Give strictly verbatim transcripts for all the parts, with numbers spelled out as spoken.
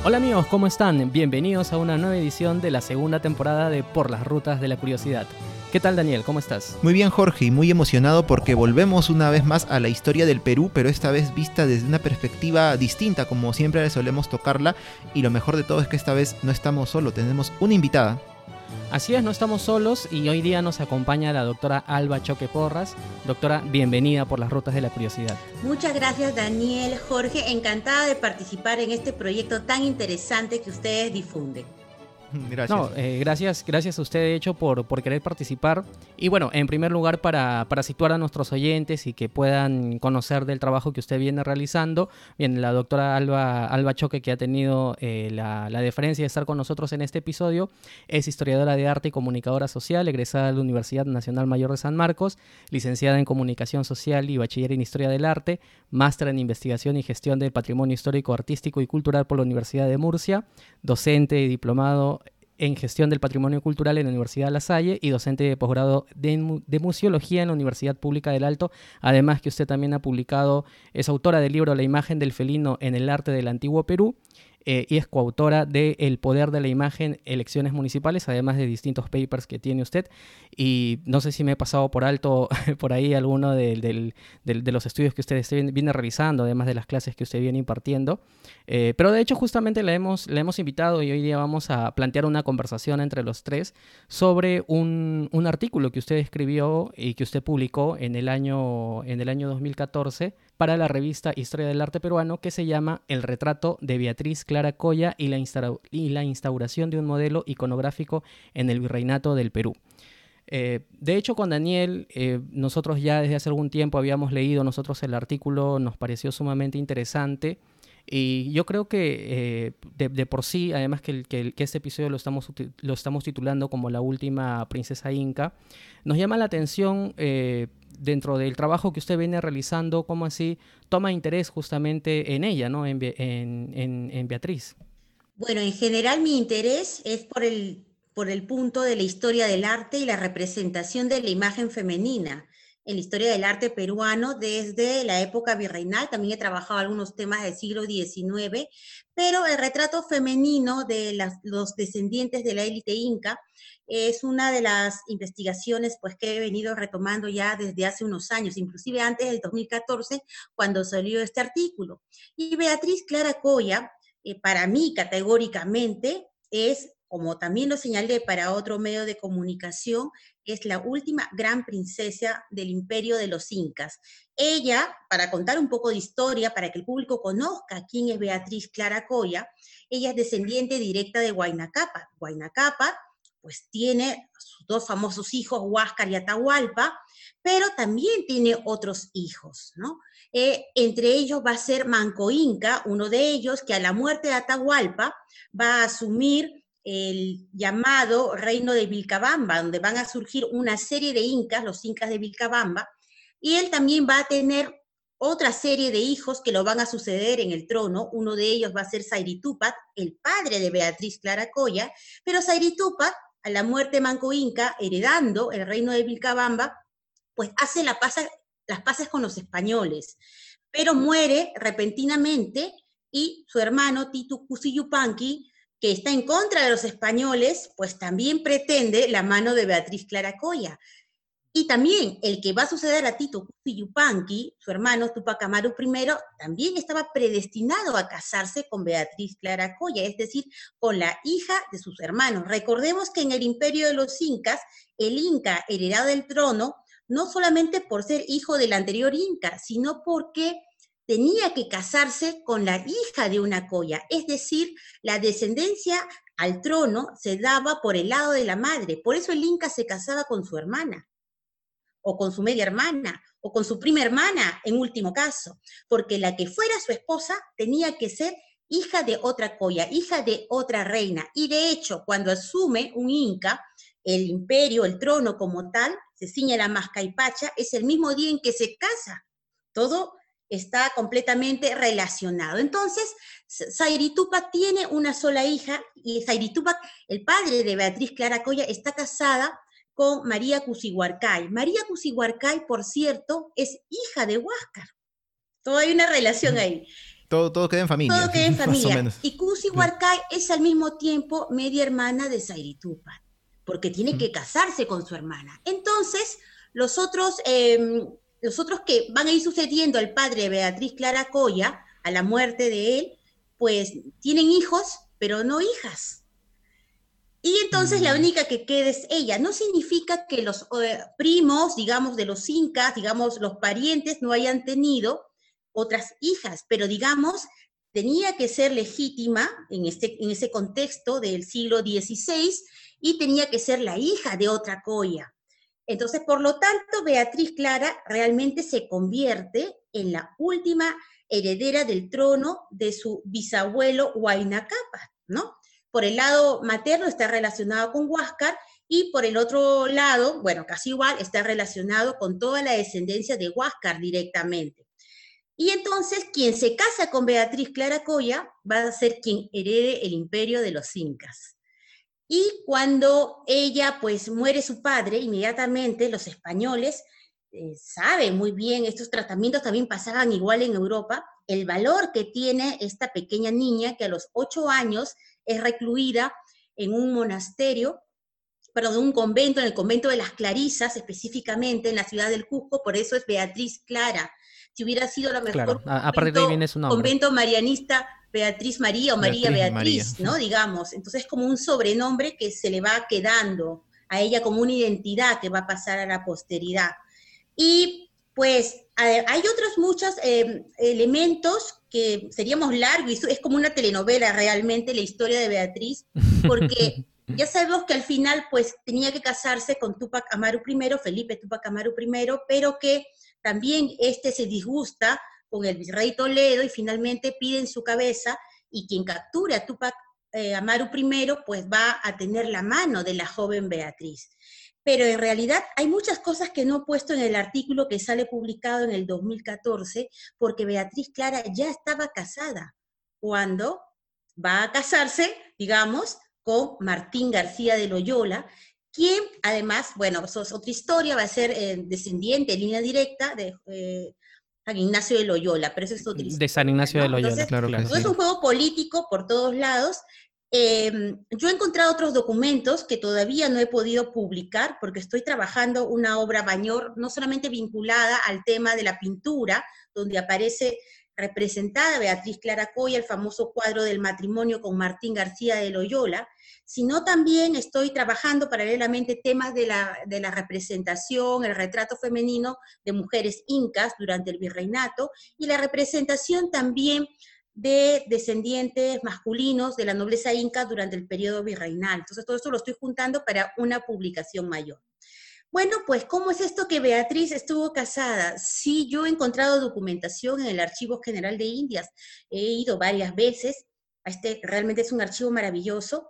Hola amigos, ¿cómo están? Bienvenidos a una nueva edición de la segunda temporada de Por las Rutas de la Curiosidad. ¿Qué tal, Daniel? ¿Cómo estás? Muy bien, Jorge, y muy emocionado porque volvemos una vez más a la historia del Perú, pero esta vez vista desde una perspectiva distinta, como siempre solemos tocarla, y lo mejor de todo es que esta vez no estamos solos, tenemos una invitada. Así es, no estamos solos y hoy día nos acompaña la doctora Alba Choque Porras. Doctora, bienvenida por las Rutas de la Curiosidad. Muchas gracias, Daniel, Jorge, encantada de participar en este proyecto tan interesante que ustedes difunden. Gracias. No, eh, gracias, gracias a usted de hecho por, por querer participar. Y bueno, en primer lugar para, para situar a nuestros oyentes y que puedan conocer del trabajo que usted viene realizando. Bien, la doctora Alba, Alba Choque, que ha tenido eh, la, la deferencia de estar con nosotros en este episodio, es historiadora de arte y comunicadora social, egresada de la Universidad Nacional Mayor de San Marcos, licenciada en Comunicación Social y bachiller en Historia del Arte, máster en Investigación y Gestión del Patrimonio Histórico, Artístico y Cultural por la Universidad de Murcia, docente y diplomado en Gestión del Patrimonio Cultural en la Universidad La Salle y docente de posgrado de, de Museología en la Universidad Pública del Alto. Además que usted también ha publicado, es autora del libro La imagen del felino en el arte del antiguo Perú, eh, y es coautora de El poder de la imagen, elecciones municipales, además de distintos papers que tiene usted. Y no sé si me he pasado por alto por ahí alguno de, de, de, de los estudios que usted viene realizando, además de las clases que usted viene impartiendo. Eh, pero de hecho justamente la hemos, la hemos invitado y hoy día vamos a plantear una conversación entre los tres sobre un, un artículo que usted escribió y que usted publicó en el año, en el año dos mil catorce para la revista Historia del Arte Peruano, que se llama El retrato de Beatriz Clara Coya y la, instaura- y la instauración de un modelo iconográfico en el Virreinato del Perú. Eh, de hecho, con Daniel, eh, nosotros ya desde hace algún tiempo habíamos leído nosotros el artículo, nos pareció sumamente interesante. Y yo creo que eh, de, de por sí, además que, el, que, el, que este episodio lo estamos, lo estamos titulando como La última princesa inca, nos llama la atención eh, dentro del trabajo que usted viene realizando, cómo así toma interés justamente en ella, ¿no? en, en, en, en Beatriz. Bueno, en general mi interés es por el, por el punto de la historia del arte y la representación de la imagen femenina en la historia del arte peruano desde la época virreinal. También he trabajado algunos temas del siglo diecinueve, pero el retrato femenino de las, los descendientes de la élite inca es una de las investigaciones pues, que he venido retomando ya desde hace unos años, inclusive antes del dos mil catorce, cuando salió este artículo. Y Beatriz Clara Coya, eh, para mí categóricamente, es, como también lo señalé para otro medio de comunicación, es la última gran princesa del imperio de los incas. Ella, para contar un poco de historia, para que el público conozca quién es Beatriz Clara Coya, ella es descendiente directa de Huayna Cápac. Huayna Cápac, pues tiene sus dos famosos hijos, Huáscar y Atahualpa, pero también tiene otros hijos, ¿no? Eh, entre ellos va a ser Manco Inca, uno de ellos que a la muerte de Atahualpa va a asumir el llamado reino de Vilcabamba, donde van a surgir una serie de incas, los incas de Vilcabamba, y él también va a tener otra serie de hijos que lo van a suceder en el trono. Uno de ellos va a ser Sayri Túpac, el padre de Beatriz Clara Coya, pero Sayri Túpac, a la muerte de Manco Inca, heredando el reino de Vilcabamba, pues hace la paz, las paces con los españoles, pero muere repentinamente y su hermano Titu Cusi Yupanqui, que está en contra de los españoles, pues también pretende la mano de Beatriz Clara Coya. Y también el que va a suceder a Titu Cusi Yupanqui, su hermano Tupac Amaru primero, también estaba predestinado a casarse con Beatriz Clara Coya, es decir, con la hija de sus hermanos. Recordemos que en el imperio de los incas, el inca heredado del trono, no solamente por ser hijo del anterior inca, sino porque tenía que casarse con la hija de una Coya, es decir, la descendencia al trono se daba por el lado de la madre, por eso el inca se casaba con su hermana, o con su media hermana, o con su prima hermana, en último caso, porque la que fuera su esposa tenía que ser hija de otra Coya, hija de otra reina, y de hecho, cuando asume un inca, el imperio, el trono como tal, se ciñe la mascaipacha, es el mismo día en que se casa, todo está completamente relacionado. Entonces, Sayri Túpac tiene una sola hija, y Sayri Túpac, el padre de Beatriz Clara Coya, está casada con María Cusihuarcay. María Cusihuarcay, por cierto, es hija de Huáscar. Todo hay una relación ahí. Todo, todo queda en familia. Todo queda en Más o familia. menos. Y Kusi Huarcay es al mismo tiempo media hermana de Zairi Tupac, porque tiene que casarse con su hermana. Entonces, los otros, eh, los otros que van a ir sucediendo al padre de Beatriz Clara Coya, a la muerte de él, pues tienen hijos, pero no hijas. Y entonces la única que queda es ella. No significa que los eh, primos, digamos, de los incas, digamos, los parientes no hayan tenido otras hijas, pero digamos, tenía que ser legítima en, este, en ese contexto del siglo dieciséis y tenía que ser la hija de otra Coya. Entonces, por lo tanto, Beatriz Clara realmente se convierte en la última heredera del trono de su bisabuelo Huayna Cápac, ¿no? Por el lado materno está relacionado con Huáscar y por el otro lado, bueno, casi igual, está relacionado con toda la descendencia de Huáscar directamente. Y entonces, quien se casa con Beatriz Clara Coya va a ser quien herede el imperio de los incas. Y cuando ella, pues, muere su padre, inmediatamente los españoles eh, saben muy bien, estos tratamientos también pasaban igual en Europa, el valor que tiene esta pequeña niña que a los ocho años es recluida en un monasterio, perdón, un convento, en el convento de las Clarisas, específicamente en la ciudad del Cusco, por eso es Beatriz Clara. Si hubiera sido la mejor Claro, a, a partir de ahí viene su nombre. Convento marianista, Beatriz María o María Beatriz Beatriz, María. ¿no? Digamos. Entonces es como un sobrenombre que se le va quedando a ella como una identidad que va a pasar a la posteridad. Y pues hay otros muchos eh, elementos que seríamos largos, y es como una telenovela realmente la historia de Beatriz, porque ya sabemos que al final pues tenía que casarse con Túpac Amaru primero, Felipe Túpac Amaru primero, pero que también este se disgusta con el virrey Toledo y finalmente piden su cabeza, y quien capture a Túpac eh, Amaru primero pues va a tener la mano de la joven Beatriz. Pero en realidad hay muchas cosas que no he puesto en el artículo que sale publicado en el dos mil catorce, porque Beatriz Clara ya estaba casada cuando va a casarse, digamos, con Martín García de Loyola, quien además, bueno, eso es otra historia, va a ser eh, descendiente en línea directa de eh, San Ignacio de Loyola, pero eso es otra historia. De San Ignacio, ¿no?, de Loyola. Entonces, claro que todo sí. es un juego político por todos lados. Eh, yo he encontrado otros documentos que todavía no he podido publicar porque estoy trabajando una obra mayor, no solamente vinculada al tema de la pintura, donde aparece representada Beatriz Clara Coya, el famoso cuadro del matrimonio con Martín García de Loyola, sino también estoy trabajando paralelamente temas de la, de la representación, el retrato femenino de mujeres incas durante el virreinato, y la representación también de descendientes masculinos de la nobleza inca durante el periodo virreinal. Entonces todo esto lo estoy juntando para una publicación mayor. Bueno, pues, ¿cómo es esto que Beatriz estuvo casada? Sí, yo he encontrado documentación en el Archivo General de Indias, he ido varias veces, este realmente es un archivo maravilloso,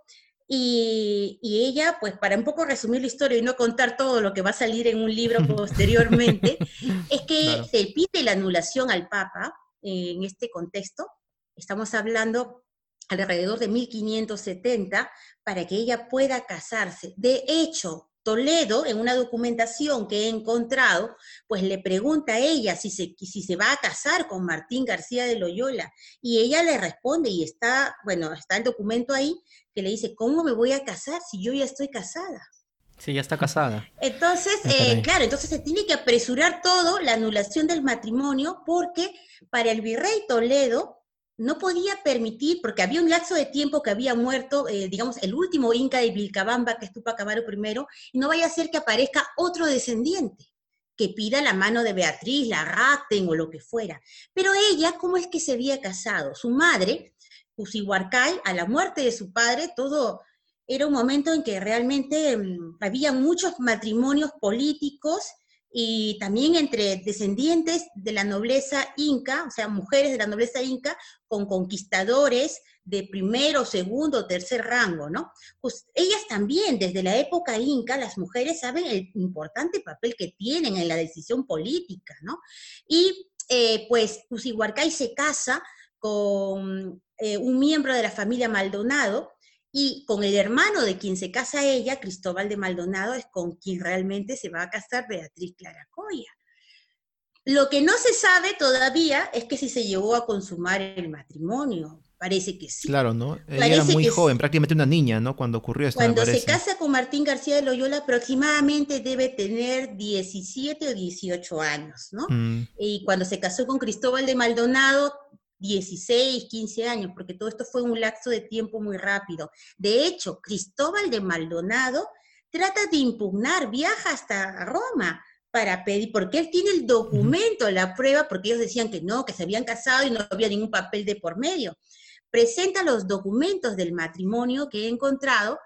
y, y ella, pues, para un poco resumir la historia y no contar todo lo que va a salir en un libro posteriormente, es que claro, se pide la anulación al Papa en este contexto. Estamos hablando alrededor de mil quinientos setenta, para que ella pueda casarse. De hecho, Toledo, en una documentación que he encontrado, pues le pregunta a ella si se, si se va a casar con Martín García de Loyola, y ella le responde, y está, bueno, está el documento ahí, que le dice, ¿cómo me voy a casar si yo ya estoy casada? Sí, ya está casada. Entonces, eh, claro, entonces se tiene que apresurar todo, la anulación del matrimonio, porque para el virrey Toledo no podía permitir, porque había un lapso de tiempo que había muerto, eh, digamos, el último inca de Vilcabamba, que es Túpac Amaru primero, y no vaya a ser que aparezca otro descendiente que pida la mano de Beatriz, la rapten o lo que fuera. Pero ella, ¿cómo es que se había casado? Su madre, Kusi Huarcay, a la muerte de su padre, todo era un momento en que realmente um, había muchos matrimonios políticos, y también entre descendientes de la nobleza inca, o sea, mujeres de la nobleza inca, con conquistadores de primero, segundo, tercer rango, ¿no? Pues ellas también, desde la época inca, las mujeres saben el importante papel que tienen en la decisión política, ¿no? Y eh, pues Kusi Huarcay se casa con eh, un miembro de la familia Maldonado, y con el hermano de quien se casa ella, Cristóbal de Maldonado, es con quien realmente se va a casar Beatriz Clara Coya. Lo que no se sabe todavía es que si se llegó a consumar el matrimonio. Parece que sí. Claro, ¿no? Ella era Parece muy que joven, sí. prácticamente una niña, ¿no? Cuando ocurrió esto, me Cuando se parece. casa con Martín García de Loyola, aproximadamente debe tener diecisiete o dieciocho años, ¿no? Mm, Y cuando se casó con Cristóbal de Maldonado, dieciséis, quince años, porque todo esto fue un lapso de tiempo muy rápido. De hecho, Cristóbal de Maldonado trata de impugnar, viaja hasta Roma para pedir, porque él tiene el ujú. documento, la prueba, porque ellos decían que no, que se habían casado y no había ningún papel de por medio. Presenta los documentos del matrimonio que he encontrado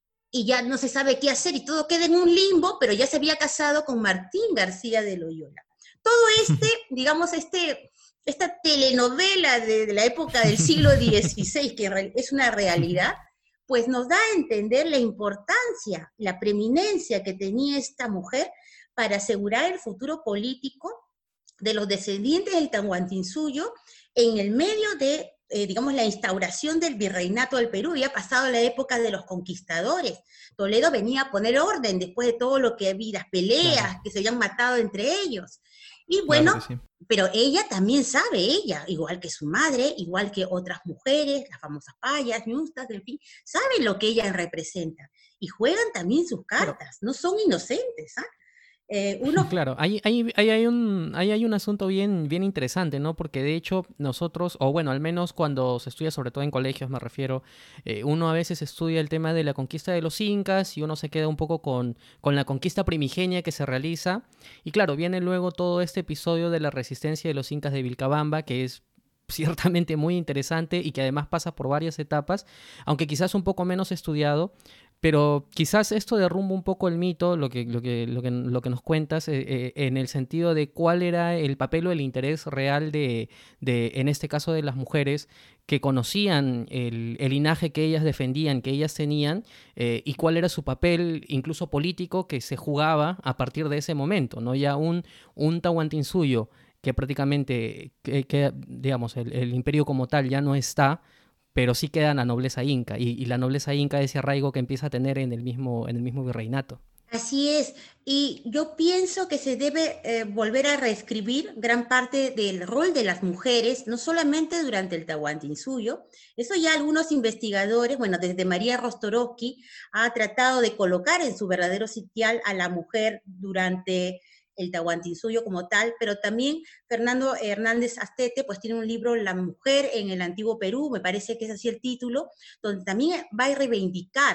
y ya no se sabe qué hacer y todo queda en un limbo, pero ya se había casado con Martín García de Loyola. Todo este, digamos, este, esta telenovela de, de la época del siglo dieciséis, que es una realidad, pues nos da a entender la importancia, la preeminencia que tenía esta mujer para asegurar el futuro político de los descendientes del Tahuantinsuyo en el medio de, eh, digamos, la instauración del virreinato del Perú. Había pasado la época de los conquistadores. Toledo venía a poner orden después de todo lo que había, las Claro, peleas que se habían matado entre ellos. Y claro bueno, que sí. pero ella también sabe, ella, igual que su madre, igual que otras mujeres, las famosas payas, ñustas, en fin, saben lo que ella representa. Y juegan también sus Claro. cartas, no son inocentes, ¿ah? Eh, uno Claro, ahí, ahí, ahí hay un, ahí hay un asunto bien, bien interesante, ¿no? Porque de hecho nosotros, o bueno, al menos cuando se estudia, sobre todo en colegios me refiero, eh, uno a veces estudia el tema de la conquista de los incas y uno se queda un poco con, con la conquista primigenia que se realiza. Y claro, viene luego todo este episodio de la resistencia de los incas de Vilcabamba, que es ciertamente muy interesante y que además pasa por varias etapas, aunque quizás un poco menos estudiado, pero quizás esto derrumba un poco el mito, lo que, lo que, lo que, lo que nos cuentas, eh, eh, en el sentido de cuál era el papel o el interés real de, de en este caso, de las mujeres que conocían el, el linaje que ellas defendían, que ellas tenían, eh, y cuál era su papel, incluso político, que se jugaba a partir de ese momento, ¿no? Ya un, un Tahuantinsuyo que prácticamente, que, que, digamos, el, el imperio como tal ya no está, pero sí queda la nobleza inca, y, y la nobleza inca ese arraigo que empieza a tener en el mismo, en el mismo virreinato. Así es, y yo pienso que se debe eh, volver a reescribir gran parte del rol de las mujeres, no solamente durante el Tahuantinsuyo, eso ya algunos investigadores, bueno, desde María Rostorovsky, ha tratado de colocar en su verdadero sitial a la mujer durante el Tahuantinsuyo como tal, pero también Fernando Hernández Astete, pues tiene un libro, La mujer en el antiguo Perú, me parece que es así el título, donde también va a reivindicar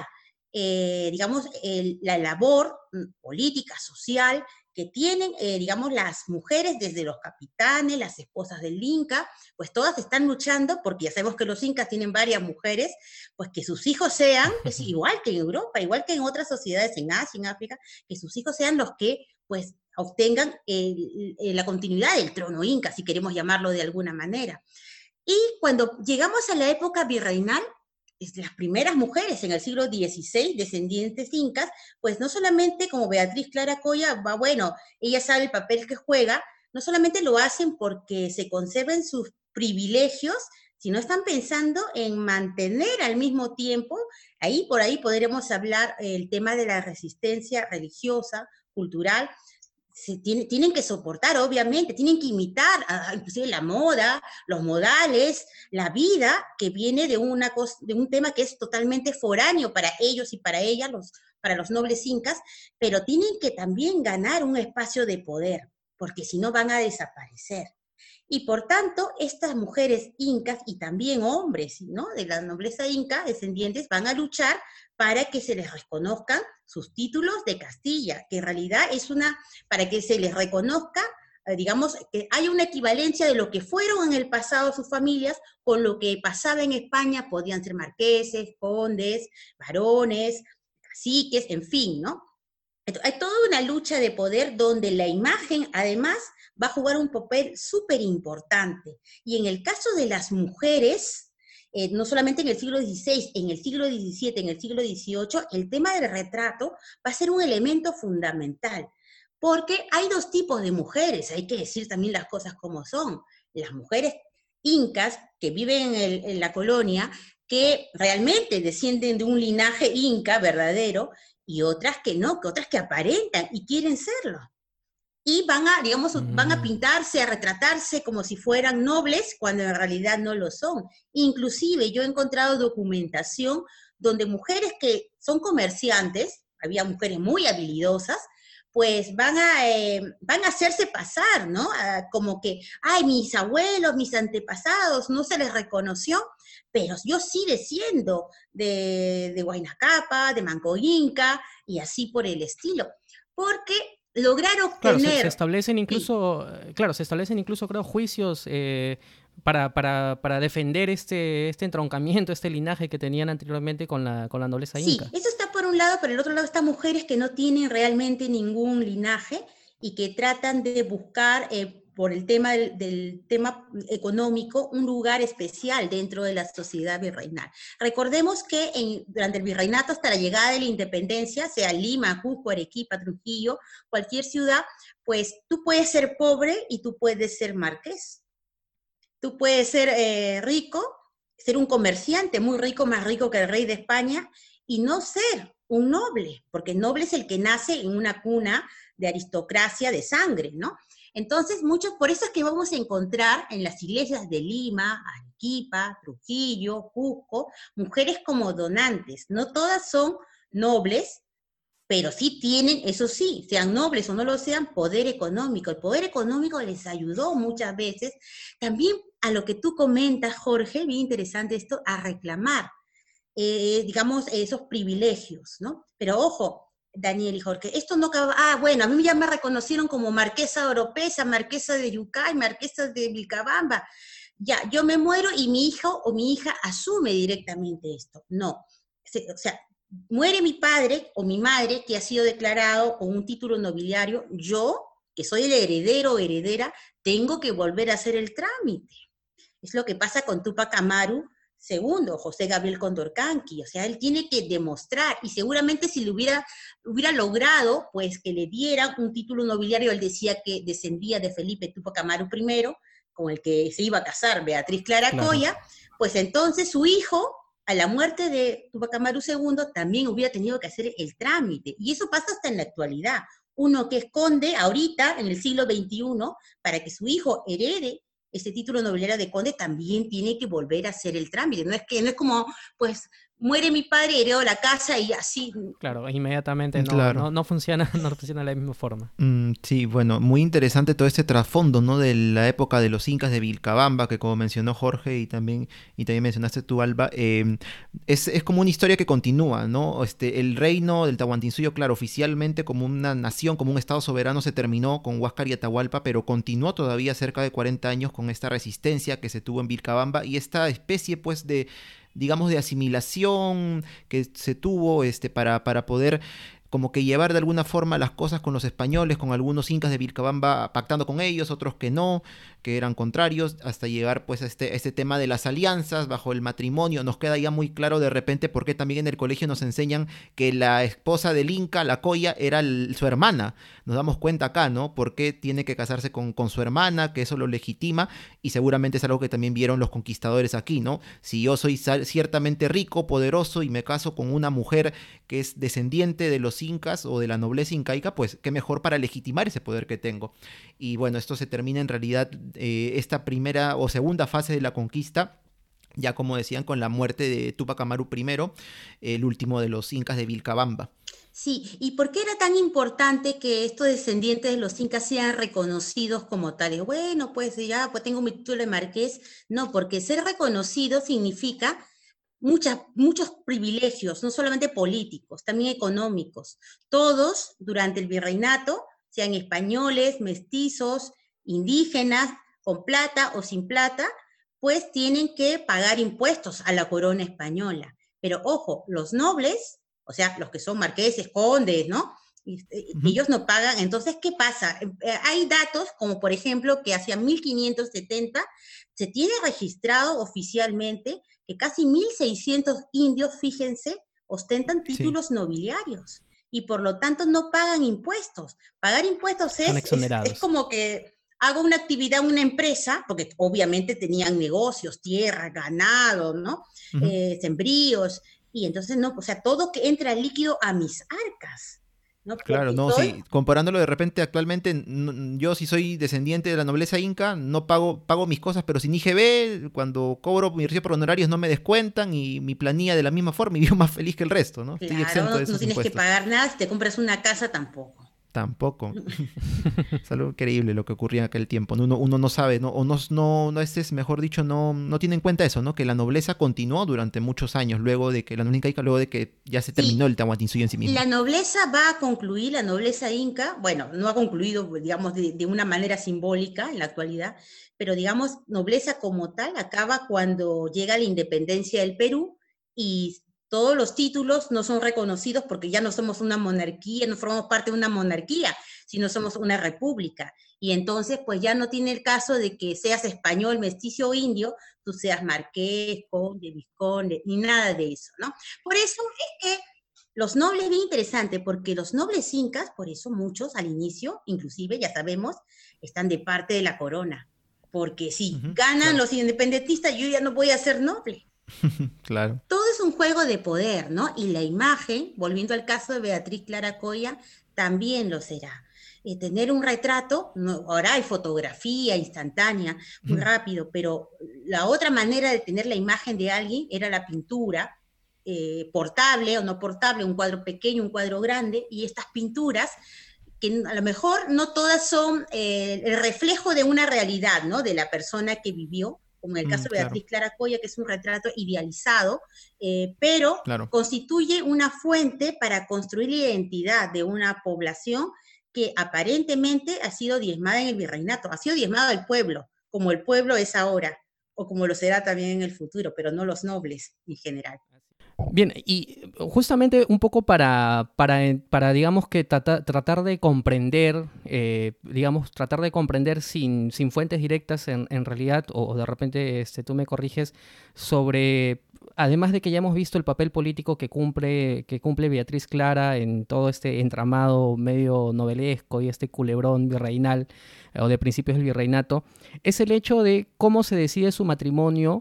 eh, digamos, el, la labor política, social, que tienen, eh, digamos, las mujeres desde los capitanes, las esposas del Inca, pues todas están luchando, porque ya sabemos que los incas tienen varias mujeres, pues que sus hijos sean, es igual que en Europa, igual que en otras sociedades, en Asia, en África, que sus hijos sean los que, pues, obtengan el, el, la continuidad del trono inca, si queremos llamarlo de alguna manera. Y cuando llegamos a la época virreinal, las primeras mujeres en el siglo dieciséis, descendientes incas, pues no solamente como Beatriz Clara Coya, va, bueno, ella sabe el papel que juega, no solamente lo hacen porque se conserven sus privilegios, sino están pensando en mantener al mismo tiempo, ahí por ahí podremos hablar el tema de la resistencia religiosa, cultural, se tiene, tienen que soportar, obviamente, tienen que imitar, uh, inclusive la moda, los modales, la vida que viene de, una cosa, de un tema que es totalmente foráneo para ellos y para ellas, los, para los nobles incas, pero tienen que también ganar un espacio de poder, porque si no van a desaparecer. Y por tanto, estas mujeres incas y también hombres, ¿no?, de la nobleza inca, descendientes, van a luchar para que se les reconozcan sus títulos de Castilla, que en realidad es una, para que se les reconozca, eh, digamos, que hay una equivalencia de lo que fueron en el pasado sus familias con lo que pasaba en España, podían ser marqueses, condes, varones, caciques, en fin, ¿no? Entonces, hay toda una lucha de poder donde la imagen, además, va a jugar un papel súper importante. Y en el caso de las mujeres, eh, no solamente en el siglo dieciséis, en el siglo diecisiete, en el siglo dieciocho, el tema del retrato va a ser un elemento fundamental. Porque hay dos tipos de mujeres, hay que decir también las cosas como son. Las mujeres incas que viven en, el, en la colonia, que realmente descienden de un linaje inca verdadero, y otras que no, que otras que aparentan y quieren serlo. y van a, digamos, van a Mm. pintarse, a retratarse como si fueran nobles, cuando en realidad no lo son. Inclusive yo he encontrado documentación donde mujeres que son comerciantes, había mujeres muy habilidosas, pues van a, eh, van a hacerse pasar, ¿no? A- como que, ay, mis abuelos, mis antepasados, no se les reconoció, pero yo sigue siendo de, de Huayna Capa, de Manco Inca, y así por el estilo. Porque lograr Claro, se, se obtener, establecen sí, incluso, eh, claro, se establecen incluso, creo, juicios eh, para, para, para defender este, este entroncamiento, este linaje que tenían anteriormente con la, con la nobleza sí, inca. eso está por un lado, pero el otro lado están mujeres que no tienen realmente ningún linaje y que tratan de buscar, eh, por el tema del, del, tema económico, un lugar especial dentro de la sociedad virreinal. Recordemos que en, durante el virreinato, hasta la llegada de la independencia, sea Lima, Cusco, Arequipa, Trujillo, cualquier ciudad, pues tú puedes ser pobre y tú puedes ser marqués. Tú puedes ser eh, rico, ser un comerciante muy rico, más rico que el rey de España, y no ser un noble, porque noble es el que nace en una cuna de aristocracia de sangre, ¿no? Entonces, muchos, por eso es que vamos a encontrar en las iglesias de Lima, Arequipa, Trujillo, Cusco, mujeres como donantes. No todas son nobles, pero sí tienen, eso sí, sean nobles o no lo sean, poder económico. El poder económico les ayudó muchas veces también a lo que tú comentas, Jorge, bien interesante esto, a reclamar, eh, digamos, esos privilegios, ¿no? Pero ojo, Daniel y Jorge, esto no acaba, ah, bueno, a mí ya me reconocieron como marquesa oropesa, marquesa de Yucay, marquesa de Vilcabamba, ya, yo me muero y mi hijo o mi hija asume directamente esto. No, o sea, muere mi padre o mi madre que ha sido declarado con un título nobiliario, yo, que soy el heredero o heredera, tengo que volver a hacer el trámite. Es lo que pasa con Tupac Amaru segundo, José Gabriel Condorcanqui, o sea, él tiene que demostrar, y seguramente si le hubiera, hubiera logrado, pues, que le dieran un título nobiliario, él decía que descendía de Felipe Tupac Amaru primero, con el que se iba a casar Beatriz Clara Claro. Coya, pues entonces su hijo, a la muerte de Tupac Amaru segundo, también hubiera tenido que hacer el trámite, y eso pasa hasta en la actualidad. Uno que esconde ahorita, en el siglo veintiuno, para que su hijo herede ese título nobiliario de conde, también tiene que volver a hacer el trámite. No es que no es como, pues, muere mi padre, heredo la casa y así. Claro, inmediatamente no, Claro. no, no funciona, no funciona de la misma forma. Mm, sí, bueno, muy interesante todo este trasfondo, ¿no? De la época de los incas de Vilcabamba, que como mencionó Jorge y también, y también mencionaste tú, Alba, eh, es, es como una historia que continúa, ¿no? Este, el reino del Tahuantinsuyo, claro, oficialmente como una nación, como un estado soberano, se terminó con Huáscar y Atahualpa, pero continuó todavía cerca de cuarenta años con esta resistencia que se tuvo en Vilcabamba y esta especie, pues, de, digamos, de asimilación que se tuvo este, para, para poder como que llevar de alguna forma las cosas con los españoles, con algunos incas de Vilcabamba pactando con ellos, otros que no, que eran contrarios, hasta llegar pues a este, a este tema de las alianzas bajo el matrimonio. Nos queda ya muy claro de repente porque también en el colegio nos enseñan que la esposa del inca, la Coya, era el, su hermana. Nos damos cuenta acá, ¿no? ¿Por qué tiene que casarse con, con su hermana? Que eso lo legitima y seguramente es algo que también vieron los conquistadores aquí, ¿no? Si yo soy ciertamente rico, poderoso y me caso con una mujer que es descendiente de los incas o de la nobleza incaica, pues qué mejor para legitimar ese poder que tengo. Y bueno, esto se termina en realidad eh, esta primera o segunda fase de la conquista, ya como decían, con la muerte de Tupac Amaru primero, el último de los incas de Vilcabamba. Sí, ¿y por qué era tan importante que estos descendientes de los incas sean reconocidos como tales? Bueno, pues ya pues tengo mi título de marqués. No, porque ser reconocido significa muchas, muchos privilegios, no solamente políticos, también económicos. Todos durante el virreinato, sean españoles, mestizos, indígenas, con plata o sin plata, pues tienen que pagar impuestos a la corona española. Pero ojo, los nobles, o sea, los que son marqueses, condes, ¿no? Y, y, Ujú. ellos no pagan. Entonces, ¿qué pasa? Eh, hay datos, como por ejemplo, que hacia mil quinientos setenta se tiene registrado oficialmente que casi mil seiscientos indios, fíjense, ostentan Sí, títulos nobiliarios y por lo tanto no pagan impuestos. Pagar impuestos Son es, es, es exonerados. como que hago una actividad, una empresa, porque obviamente tenían negocios, tierra, ganado, ¿no? ujú. Eh, sembríos, y entonces no, o sea, todo que entra líquido a mis arcas. ¿no? Claro, Porque no, soy, sí, comparándolo de repente actualmente, n- yo si soy descendiente de la nobleza inca, no pago, pago mis cosas, pero sin I G B, cuando cobro mi recibo por honorarios no me descuentan y mi planilla de la misma forma y vivo más feliz que el resto, ¿no? Estoy claro, exento no, de no esos tienes que impuestos. pagar nada, si te compras una casa tampoco. Tampoco. Es algo increíble lo que ocurría en aquel tiempo, ¿no? Uno, uno no sabe, ¿no? O no, no, no este es, mejor dicho, no, no tiene en cuenta eso, ¿no? Que la nobleza continuó durante muchos años, luego de que la nobleza inca, luego de que ya se terminó Sí, el Tahuantinsuyo en sí mismo. la nobleza va a concluir, la nobleza inca, bueno, no ha concluido, pues, digamos, de, de una manera simbólica en la actualidad, pero digamos, nobleza como tal acaba cuando llega la independencia del Perú y todos los títulos no son reconocidos porque ya no somos una monarquía, no formamos parte de una monarquía, sino somos una república. Y entonces, pues ya no tiene el caso de que seas español, mestizo o indio, tú seas marqués, conde, vizconde, ni nada de eso, ¿no? Por eso es que los nobles, bien interesante, porque los nobles incas, por eso muchos al inicio, inclusive, ya sabemos, están de parte de la corona. Porque si Ujú, ganan claro, los independentistas, yo ya no voy a ser noble. claro. Todo es un juego de poder, ¿no? Y la imagen, volviendo al caso de Beatriz Clara Coya, también lo será. Eh, tener un retrato, no, ahora hay fotografía instantánea, muy rápido, pero la otra manera de tener la imagen de alguien era la pintura, eh, portable o no portable, un cuadro pequeño, un cuadro grande, y estas pinturas, que a lo mejor no todas son eh, el reflejo de una realidad, ¿no? De la persona que vivió, como en el caso Mm, de claro, Beatriz Clara Coya, que es un retrato idealizado, eh, pero claro. constituye una fuente para construir la identidad de una población que aparentemente ha sido diezmada en el virreinato, ha sido diezmado el pueblo, como el pueblo es ahora, o como lo será también en el futuro, pero no los nobles en general. Bien, y justamente un poco para, para, eh, para digamos que trata- tratar de comprender, eh, digamos, tratar de comprender sin, sin fuentes directas en, en realidad, o, o de repente este, tú me corriges, sobre, además de que ya hemos visto el papel político que cumple, que cumple Beatriz Clara en todo este entramado medio novelesco y este culebrón virreinal, eh, o de principios del virreinato, es el hecho de cómo se decide su matrimonio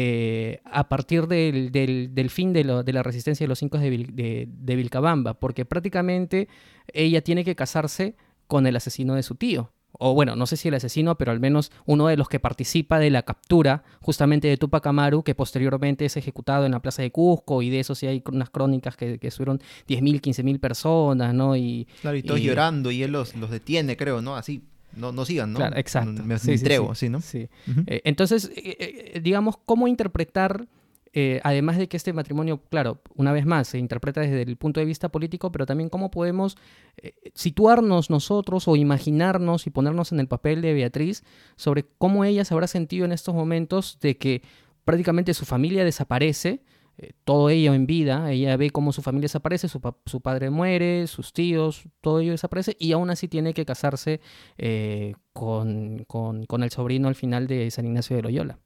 eh, a partir del, del, del fin de, lo, de, la resistencia de los incas de, Vil, de, de Vilcabamba, porque prácticamente ella tiene que casarse con el asesino de su tío. O bueno, no sé si el asesino, pero al menos uno de los que participa de la captura justamente de Tupac Amaru, que posteriormente es ejecutado en la plaza de Cusco, y de eso sí hay unas crónicas que, que subieron diez mil, quince mil personas, ¿no? Y, Claro, y todos y llorando y él los, los detiene, creo, ¿no? Así, no, no sigan, ¿no? claro, exacto. Me, me Sí, sí, entrego, sí. así, ¿no? sí. Ujú. Eh, entonces, eh, eh, digamos, ¿cómo interpretar, eh, además de que este matrimonio, claro, una vez más, se interpreta desde el punto de vista político, pero también cómo podemos eh, situarnos nosotros o imaginarnos y ponernos en el papel de Beatriz sobre cómo ella se habrá sentido en estos momentos de que prácticamente su familia desaparece, eh, todo ello en vida, ella ve cómo su familia desaparece, su, pa- su padre muere, sus tíos, todo ello desaparece, y aún así tiene que casarse eh, con, con, con el sobrino al final de San Ignacio de Loyola.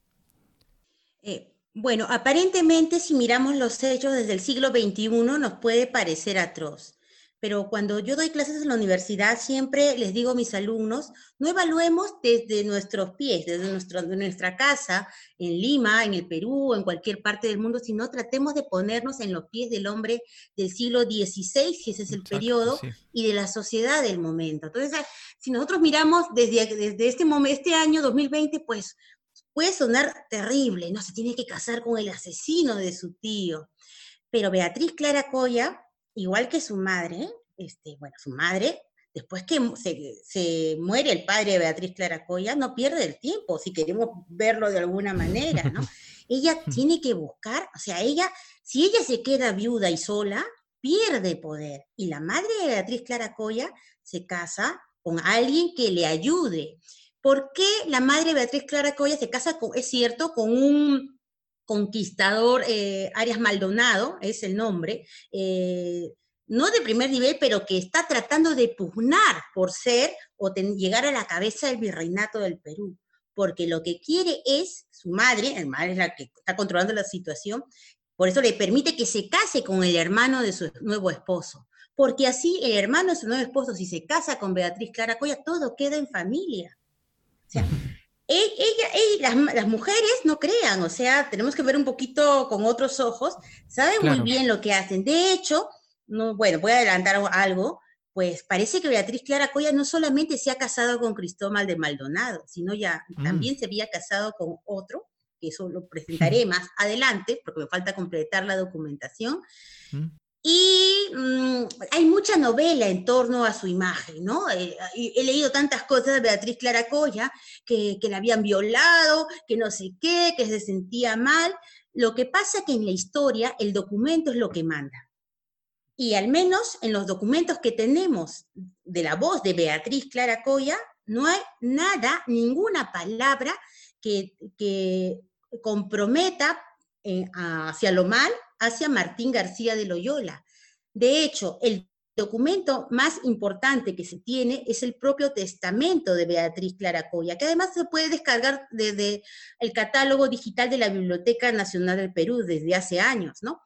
Eh, bueno, aparentemente si miramos los hechos desde el siglo veintiuno nos puede parecer atroz, pero cuando yo doy clases en la universidad siempre les digo a mis alumnos, no evaluemos desde nuestros pies, desde nuestro, de nuestra casa, en Lima, en el Perú, en cualquier parte del mundo, sino tratemos de ponernos en los pies del hombre del siglo dieciséis, si ese es el Exacto, periodo, sí. y de la sociedad del momento. Entonces, si nosotros miramos desde, desde este, momento, este año dos mil veinte, pues puede sonar terrible, no se tiene que casar con el asesino de su tío, pero Beatriz Clara Coya, igual que su madre, este, bueno, su madre, después que se, se muere el padre de Beatriz Clara Coya, no pierde el tiempo, si queremos verlo de alguna manera, ¿no? Ella tiene que buscar, o sea, ella, si ella se queda viuda y sola, pierde poder. Y la madre de Beatriz Clara Coya se casa con alguien que le ayude. ¿Por qué la madre de Beatriz Clara Coya se casa, con, es cierto, con un conquistador, eh, Arias Maldonado, es el nombre, eh, no de primer nivel, pero que está tratando de pugnar por ser o ten, llegar a la cabeza del virreinato del Perú? Porque lo que quiere es, su madre, el madre es la que está controlando la situación, por eso le permite que se case con el hermano de su nuevo esposo. Porque así el hermano de su nuevo esposo, si se casa con Beatriz Clara Coya, todo queda en familia. O sea, ella, ella, las, las mujeres no crean, o sea, tenemos que ver un poquito con otros ojos, saben muy Claro. bien lo que hacen. De hecho, no, bueno, voy a adelantar algo, pues parece que Beatriz Clara Coya no solamente se ha casado con Cristóbal de Maldonado, sino ya mm. también se había casado con otro, que eso lo presentaré más adelante, porque me falta completar la documentación. Mm. Y mmm, hay mucha novela en torno a su imagen, ¿no? Eh, he leído tantas cosas de Beatriz Clara Coya, que, que la habían violado, que no sé qué, que se sentía mal. Lo que pasa es que en la historia el documento es lo que manda. Y al menos en los documentos que tenemos de la voz de Beatriz Clara Coya, no hay nada, ninguna palabra que, que comprometa eh, hacia lo mal, hacia Martín García de Loyola. De hecho, el documento más importante que se tiene es el propio testamento de Beatriz Clara Coya, que además se puede descargar desde el catálogo digital de la Biblioteca Nacional del Perú desde hace años, ¿no?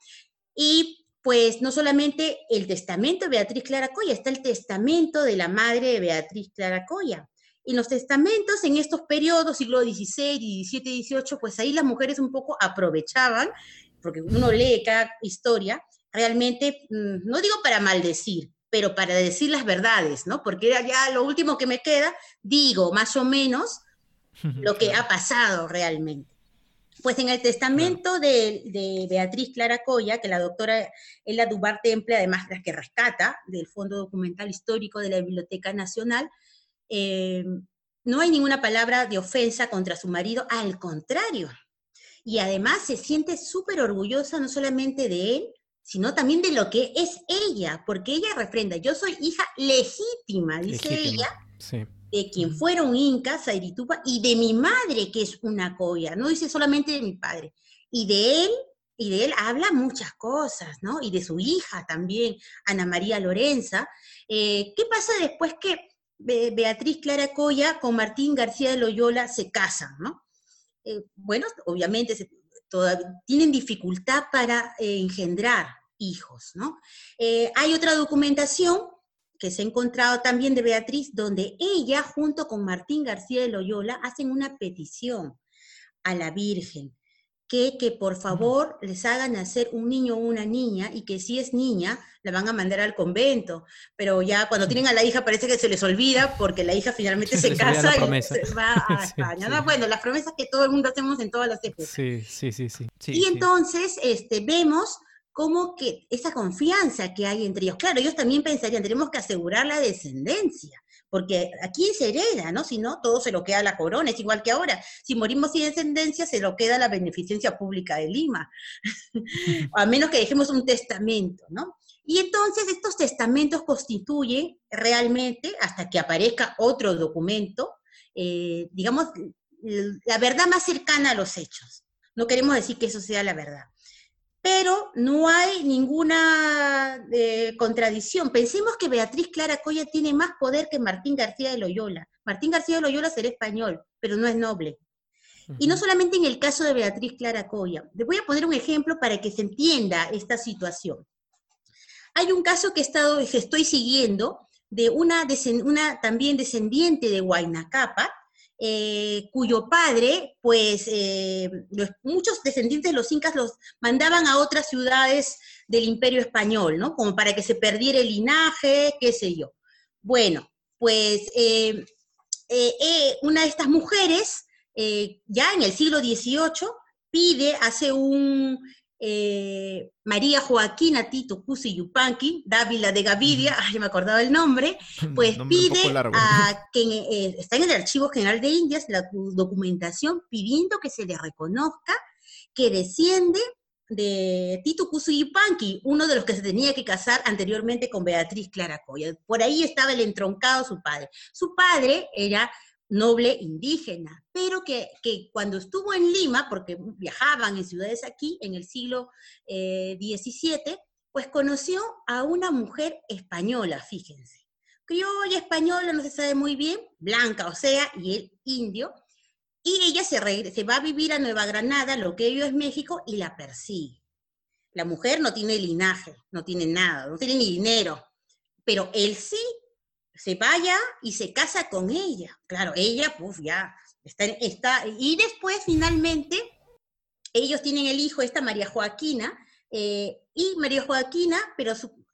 Y pues no solamente el testamento de Beatriz Clara Coya, está el testamento de la madre de Beatriz Clara Coya. Y los testamentos en estos periodos, siglo dieciséis, diecisiete, dieciocho, pues ahí las mujeres un poco aprovechaban, porque uno lee cada historia, realmente, no digo para maldecir, pero para decir las verdades, ¿no? Porque era ya lo último que me queda, digo más o menos lo que ha pasado realmente. Pues en el testamento claro. de, de Beatriz Clara Coya, que la doctora Ela Dubar Temple, además la que rescata del Fondo Documental Histórico de la Biblioteca Nacional, eh, no hay ninguna palabra de ofensa contra su marido, al contrario. Y además se siente súper orgullosa no solamente de él, sino también de lo que es ella, porque ella refrenda, yo soy hija legítima, dice legítima, ella, sí. de quien fuera un inca, Sairitupa, y de mi madre, que es una Coya, no dice solamente de mi padre, y de él, y de él habla muchas cosas, ¿no? Y de su hija también, Ana María Lorenza. Eh, ¿Qué pasa después que Be- Beatriz Clara Coya con Martín García de Loyola se casan, ¿no? Eh, bueno, obviamente se, todavía, tienen dificultad para eh, engendrar hijos, ¿no? Eh, hay otra documentación que se ha encontrado también de Beatriz, donde ella, junto con Martín García de Loyola, hacen una petición a la Virgen, que, que por favor les hagan nacer un niño o una niña, y que si es niña, la van a mandar al convento, pero ya cuando tienen a la hija parece que se les olvida, porque la hija finalmente se, se casa y se va a España, sí, ¿no? Sí. Bueno, las promesas que todo el mundo hacemos en todas las épocas. Sí, sí, sí, sí. sí y sí. entonces este, vemos como que esa confianza que hay entre ellos, claro, ellos también pensarían, tenemos que asegurar la descendencia, porque aquí se hereda, ¿no? Si no, todo se lo queda a la corona, es igual que ahora. Si morimos sin descendencia, se lo queda la beneficencia pública de Lima, a menos que dejemos un testamento, ¿no? Y entonces estos testamentos constituyen realmente, hasta que aparezca otro documento, eh, digamos, la verdad más cercana a los hechos. No queremos decir que eso sea la verdad. Pero no hay ninguna eh, contradicción. Pensemos que Beatriz Clara Coya tiene más poder que Martín García de Loyola. Martín García de Loyola será español, pero no es noble. Uh-huh. Y no solamente en el caso de Beatriz Clara Coya. Les voy a poner un ejemplo para que se entienda esta situación. Hay un caso que, he estado, que estoy siguiendo de una, una también descendiente de Huayna Cápac, Eh, cuyo padre, pues, eh, los, muchos descendientes de los incas los mandaban a otras ciudades del Imperio Español, ¿no? Como para que se perdiera el linaje, qué sé yo. Bueno, pues, eh, eh, eh, una de estas mujeres, eh, ya en el siglo dieciocho, pide, hace un... Eh, María Joaquina Tito Cusi Yupanqui, Dávila de Gavidia, mm. ay, me acordaba el nombre, pues nombre pide a que eh, está en el Archivo General de Indias la documentación pidiendo que se le reconozca que desciende de Tito Cusi Yupanqui, uno de los que se tenía que casar anteriormente con Beatriz Clara Coya. Por ahí estaba el entroncado su padre. Su padre era noble indígena, pero que, que cuando estuvo en Lima, porque viajaban en ciudades aquí, en el siglo eh, diecisiete, pues conoció a una mujer española, fíjense. Criolla española, no se sabe muy bien, blanca, o sea, y él indio, y ella se, re, se va a vivir a Nueva Granada, lo que ello es México, y la persigue. La mujer no tiene linaje, no tiene nada, no tiene ni dinero, pero él sí, se vaya y se casa con ella. Claro, ella, pues ya, está, está, y después finalmente, ellos tienen el hijo, esta María Joaquina, eh, y María Joaquina, pero su,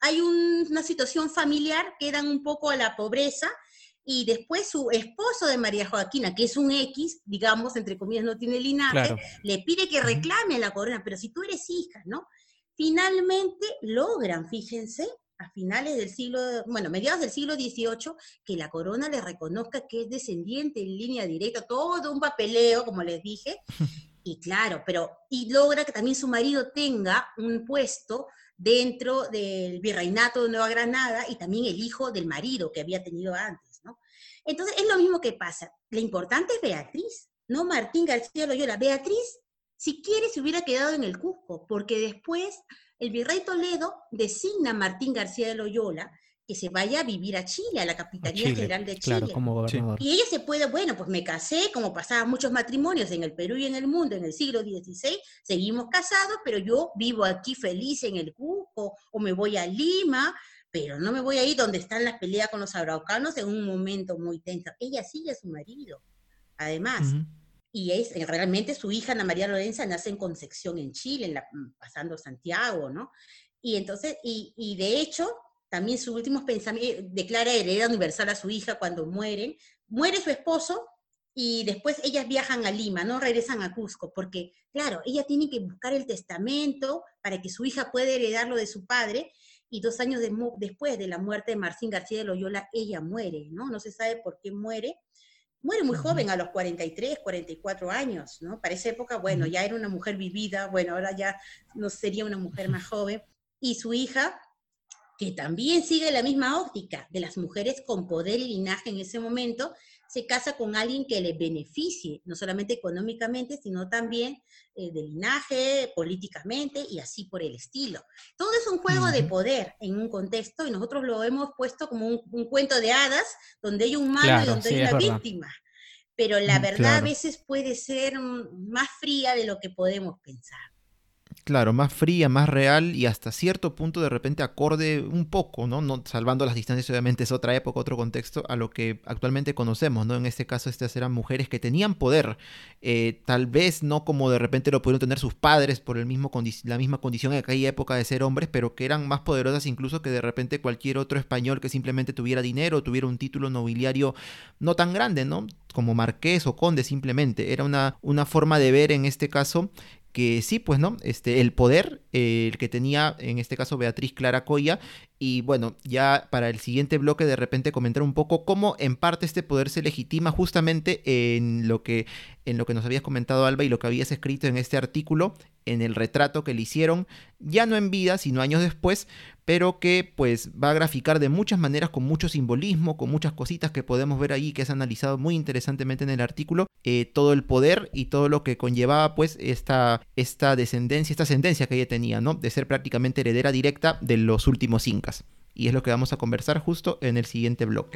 hay un, una situación familiar, quedan un poco a la pobreza, y después su esposo de María Joaquina, que es un X, digamos, entre comillas, no tiene linaje, Claro. le pide que reclame la corona, pero si tú eres hija, ¿no? Finalmente logran, fíjense, a finales del siglo, bueno, mediados del siglo dieciocho, que la corona le reconozca que es descendiente en línea directa, todo un papeleo, como les dije, y claro, pero, y logra que también su marido tenga un puesto dentro del virreinato de Nueva Granada, y también el hijo del marido que había tenido antes, ¿no? Entonces, es lo mismo que pasa. Lo importante es Beatriz, no Martín García Loyola. Beatriz, si quiere, se hubiera quedado en el Cusco, porque después el virrey Toledo designa a Martín García de Loyola que se vaya a vivir a Chile, a la A Capitanía Chile, General de claro, Chile. como gobernador. Y ella se puede, bueno, pues me casé, como pasaban muchos matrimonios en el Perú y en el mundo en el siglo dieciséis, seguimos casados, pero yo vivo aquí feliz en el Cusco, o me voy a Lima, pero no me voy a ir donde están las peleas con los araucanos en un momento muy tenso. Ella sigue a su marido, además. Ujú. Y es realmente su hija Ana María Lorenza nace en Concepción, en Chile, en la, pasando Santiago, ¿no? Y entonces, y, y de hecho, también sus últimos pensamientos, declara heredad universal a su hija cuando mueren. Muere su esposo y después ellas viajan a Lima, no regresan a Cusco, porque, claro, ella tiene que buscar el testamento para que su hija pueda heredar lo de su padre, y dos años de, después de la muerte de Martín García de Loyola, ella muere, ¿no? No se sabe por qué muere. Muere muy joven, a los cuarenta y tres, cuarenta y cuatro años, ¿no? Para esa época, bueno, ya era una mujer vivida, bueno, ahora ya no sería una mujer más joven. Y su hija, que también sigue la misma óptica de las mujeres con poder y linaje en ese momento, se casa con alguien que le beneficie, no solamente económicamente, sino también eh, de linaje, políticamente y así por el estilo. Todo es un juego uh-huh. de poder en un contexto, y nosotros lo hemos puesto como un, un cuento de hadas, donde hay un malo claro, y donde sí, hay una verdad. víctima. Pero la verdad claro. a veces puede ser más fría de lo que podemos pensar. Claro, más fría, más real y hasta cierto punto de repente acorde un poco, ¿no? No salvando las distancias, obviamente es otra época, otro contexto a lo que actualmente conocemos, ¿no? En este caso estas eran mujeres que tenían poder, eh, tal vez no como de repente lo pudieron tener sus padres por el mismo la misma condición en aquella época de ser hombres, pero que eran más poderosas incluso que de repente cualquier otro español que simplemente tuviera dinero, tuviera un título nobiliario no tan grande, ¿no? Como marqués o conde simplemente. Era una, una forma de ver en este caso que sí, pues, ¿no? Este, el poder, eh, el que tenía, en este caso, Beatriz Clara Coya. Y bueno, ya para el siguiente bloque de repente comentar un poco cómo en parte este poder se legitima justamente en lo que, en lo que nos habías comentado, Alba, y lo que habías escrito en este artículo, en el retrato que le hicieron, ya no en vida, sino años después, pero que pues va a graficar de muchas maneras, con mucho simbolismo, con muchas cositas que podemos ver ahí, que es analizado muy interesantemente en el artículo, eh, todo el poder y todo lo que conllevaba pues esta, esta descendencia, esta ascendencia que ella tenía, ¿no? De ser prácticamente heredera directa de los últimos incas. Y es lo que vamos a conversar justo en el siguiente bloque.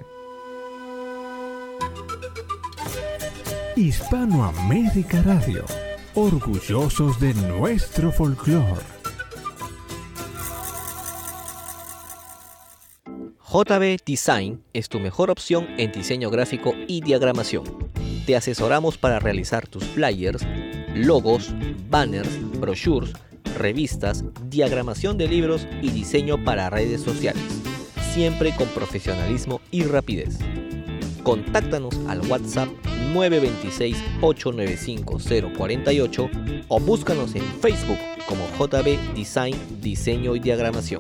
Hispanoamérica Radio, orgullosos de nuestro folclore. J B Design es tu mejor opción en diseño gráfico y diagramación. Te asesoramos para realizar tus flyers, logos, banners, brochures, revistas, diagramación de libros y diseño para redes sociales, siempre con profesionalismo y rapidez. Contáctanos al WhatsApp nueve dos seis, ocho nueve cinco, cero cuatro ocho o búscanos en Facebook como J B Design, Diseño y Diagramación.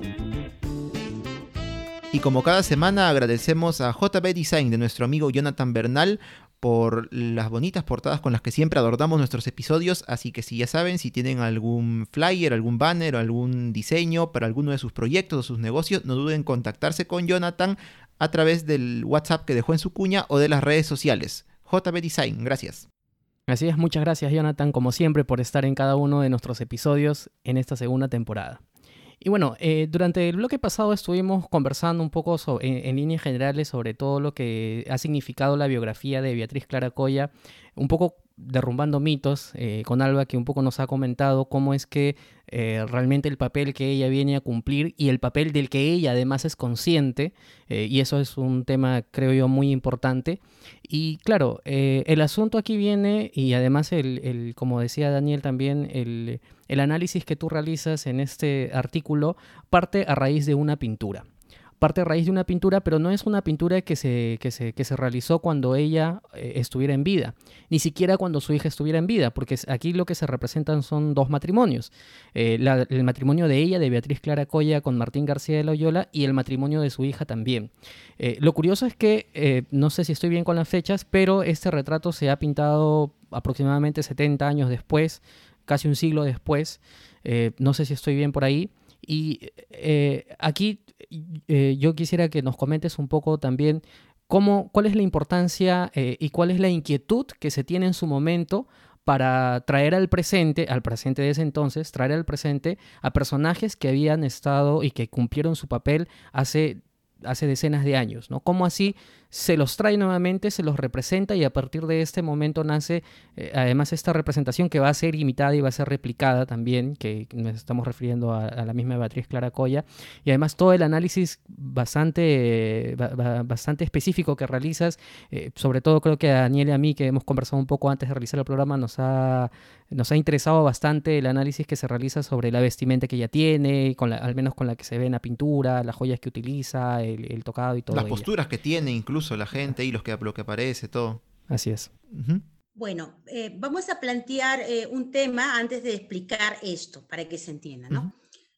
Y como cada semana agradecemos a J B Design de nuestro amigo Jonathan Bernal por las bonitas portadas con las que siempre adornamos nuestros episodios, así que si ya saben, si tienen algún flyer, algún banner o algún diseño para alguno de sus proyectos o sus negocios, no duden en contactarse con Jonathan a través del WhatsApp que dejó en su cuña o de las redes sociales. J B Design, gracias. Así es, muchas gracias Jonathan, como siempre, por estar en cada uno de nuestros episodios en esta segunda temporada. Y bueno, eh, durante el bloque pasado estuvimos conversando un poco sobre, en, en líneas generales sobre todo lo que ha significado la biografía de Beatriz Clara Coya, un poco derrumbando mitos, eh, con Alba, que un poco nos ha comentado cómo es que eh, realmente el papel que ella viene a cumplir y el papel del que ella además es consciente, eh, y eso es un tema, creo yo, muy importante. Y claro, eh, el asunto aquí viene, y además, el, el, como decía Daniel también, el, el análisis que tú realizas en este artículo parte a raíz de una pintura. Parte a raíz de una pintura, pero no es una pintura que se, que se, que se realizó cuando ella eh, estuviera en vida, ni siquiera cuando su hija estuviera en vida, porque aquí lo que se representan son dos matrimonios. Eh, la, el matrimonio de ella, de Beatriz Clara Coya, con Martín García de Loyola, y el matrimonio de su hija también. Eh, lo curioso es que, eh, no sé si estoy bien con las fechas, pero este retrato se ha pintado aproximadamente setenta años después, casi un siglo después. Eh, no sé si estoy bien por ahí. Y eh, aquí eh, yo quisiera que nos comentes un poco también cómo, cuál es la importancia eh, y cuál es la inquietud que se tiene en su momento para traer al presente, al presente de ese entonces, traer al presente a personajes que habían estado y que cumplieron su papel hace, hace decenas de años, ¿no? Cómo así se los trae nuevamente, se los representa, y a partir de este momento nace eh, además esta representación que va a ser imitada y va a ser replicada también, que nos estamos refiriendo a, a la misma Beatriz Clara Coya, y además todo el análisis bastante, eh, ba, bastante específico que realizas, eh, sobre todo creo que a Daniel y a mí, que hemos conversado un poco antes de realizar el programa, nos ha, nos ha interesado bastante el análisis que se realiza sobre la vestimenta que ella tiene, con la, al menos con la que se ve en la pintura, las joyas que utiliza, el, el tocado y todo. Las posturas que tiene incluso la gente y los que, lo que aparece, todo. Así es. Uh-huh. Bueno, eh, vamos a plantear eh, un tema antes de explicar esto, para que se entienda, ¿no? Uh-huh.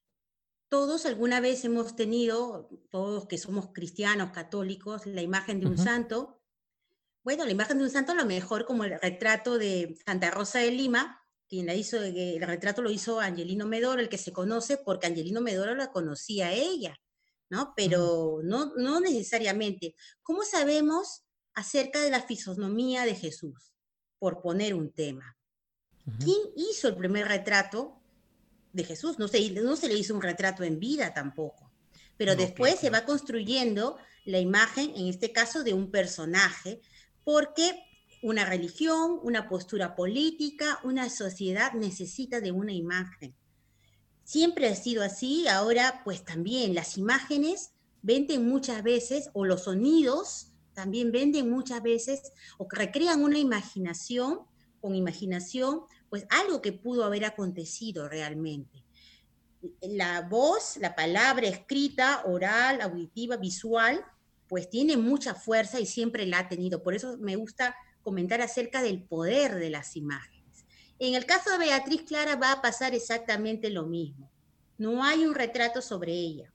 Todos alguna vez hemos tenido, todos que somos cristianos, católicos, la imagen de un uh-huh. santo. Bueno, la imagen de un santo a lo mejor como el retrato de Santa Rosa de Lima, quien la hizo, el retrato lo hizo Angelino Medoro, el que se conoce porque Angelino Medoro la conocía a ella, ¿no? Pero uh-huh. no, no necesariamente. ¿Cómo sabemos acerca de la fisonomía de Jesús? Por poner un tema. Uh-huh. ¿Quién hizo el primer retrato de Jesús? No se, no se le hizo un retrato en vida tampoco. Pero no, después claro. se va construyendo la imagen, en este caso, de un personaje, porque una religión, una postura política, una sociedad necesita de una imagen. Siempre ha sido así, ahora pues también las imágenes venden muchas veces, o los sonidos también venden muchas veces, o recrean una imaginación, con imaginación, pues algo que pudo haber acontecido realmente. La voz, la palabra escrita, oral, auditiva, visual, pues tiene mucha fuerza y siempre la ha tenido. Por eso me gusta comentar acerca del poder de las imágenes. En el caso de Beatriz Clara va a pasar exactamente lo mismo. No hay un retrato sobre ella,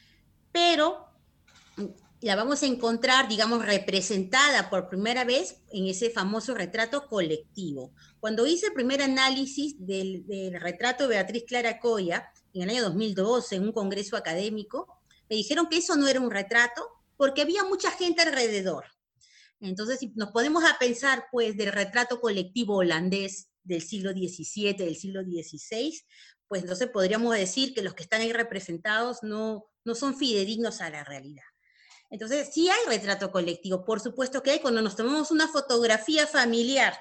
pero la vamos a encontrar, digamos, representada por primera vez en ese famoso retrato colectivo. Cuando hice el primer análisis del, del retrato de Beatriz Clara Coya, en el año dos mil doce, en un congreso académico, me dijeron que eso no era un retrato porque había mucha gente alrededor. Entonces, si nos ponemos a pensar, pues, del retrato colectivo holandés del siglo diecisiete, del siglo dieciséis, pues entonces podríamos decir que los que están ahí representados no, no son fidedignos a la realidad. Entonces, sí hay retrato colectivo, por supuesto que hay. Cuando nos tomamos una fotografía familiar,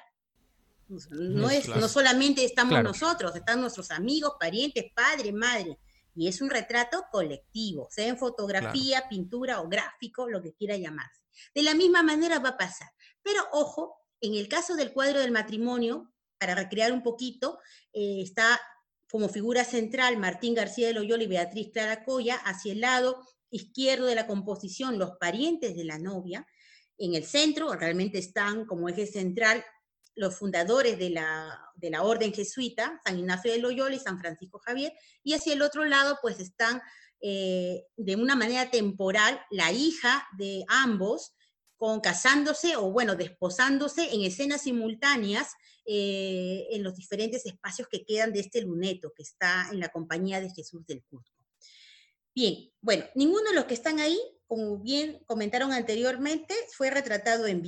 no, es, claro. no solamente estamos claro. nosotros, están nuestros amigos, parientes, padre, madre, y es un retrato colectivo, sea en fotografía, claro. pintura o gráfico, lo que quiera llamarse. De la misma manera va a pasar. Pero, ojo, en el caso del cuadro del matrimonio, para recrear un poquito, eh, está como figura central Martín García de Loyola y Beatriz Clara Coya, hacia el lado izquierdo de la composición los parientes de la novia. En el centro realmente están como eje central los fundadores de la, de la orden jesuita, San Ignacio de Loyola y San Francisco Javier, y hacia el otro lado pues están eh, de una manera temporal la hija de ambos, con casándose o bueno, desposándose en escenas simultáneas eh, en los diferentes espacios que quedan de este luneto que está en la Compañía de Jesús del Cusco. Bien, bueno, ninguno de los que están ahí, como bien comentaron anteriormente, fue retratado en vida.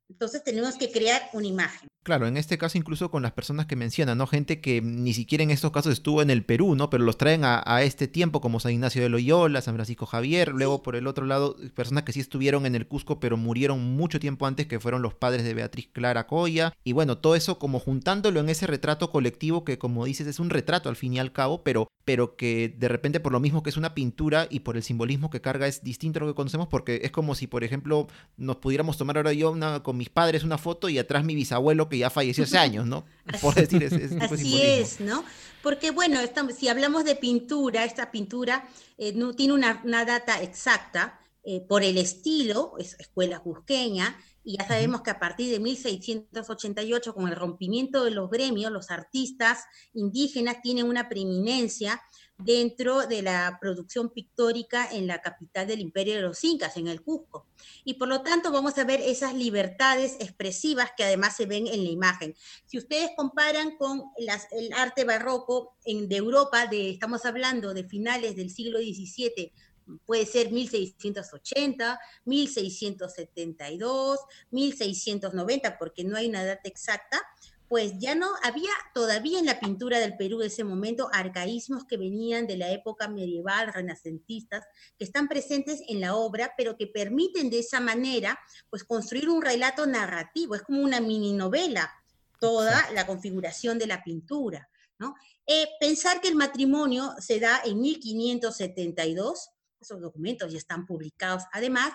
Entonces tenemos que crear una imagen. Claro, en este caso incluso con las personas que mencionan, ¿no? Gente que ni siquiera en estos casos estuvo en el Perú, ¿no? Pero los traen a, a este tiempo, como San Ignacio de Loyola, San Francisco Javier. Luego, Sí. por el otro lado, personas que sí estuvieron en el Cusco, pero murieron mucho tiempo antes, que fueron los padres de Beatriz Clara Coya. Y bueno, todo eso como juntándolo en ese retrato colectivo que, como dices, es un retrato al fin y al cabo, pero, pero que de repente por lo mismo que es una pintura y por el simbolismo que carga es distinto a lo que conocemos, porque es como si, por ejemplo, nos pudiéramos tomar ahora yo una, con mis padres una foto y atrás mi bisabuelo que ya falleció hace años, ¿no? Por decir ese, ese tipo de Así simbolismo. es, ¿no? Porque bueno, estamos, si hablamos de pintura, esta pintura eh, no tiene una, una data exacta eh, por el estilo, es escuela cusqueña, y ya sabemos que a partir de mil seiscientos ochenta y ocho, con el rompimiento de los gremios, los artistas indígenas tienen una preeminencia dentro de la producción pictórica en la capital del imperio de los incas, en el Cusco. Y por lo tanto vamos a ver esas libertades expresivas que además se ven en la imagen. Si ustedes comparan con las, el arte barroco en, de Europa, de, estamos hablando de finales del siglo diecisiete, puede ser mil seiscientos ochenta, mil seiscientos setenta y dos, mil seiscientos noventa, porque no hay una data exacta, pues ya no había todavía en la pintura del Perú de ese momento arcaísmos que venían de la época medieval, renacentistas, que están presentes en la obra, pero que permiten de esa manera pues construir un relato narrativo, es como una mini novela, toda Exacto. la configuración de la pintura, ¿no? Eh, pensar que el matrimonio se da en mil quinientos setenta y dos, esos documentos ya están publicados además,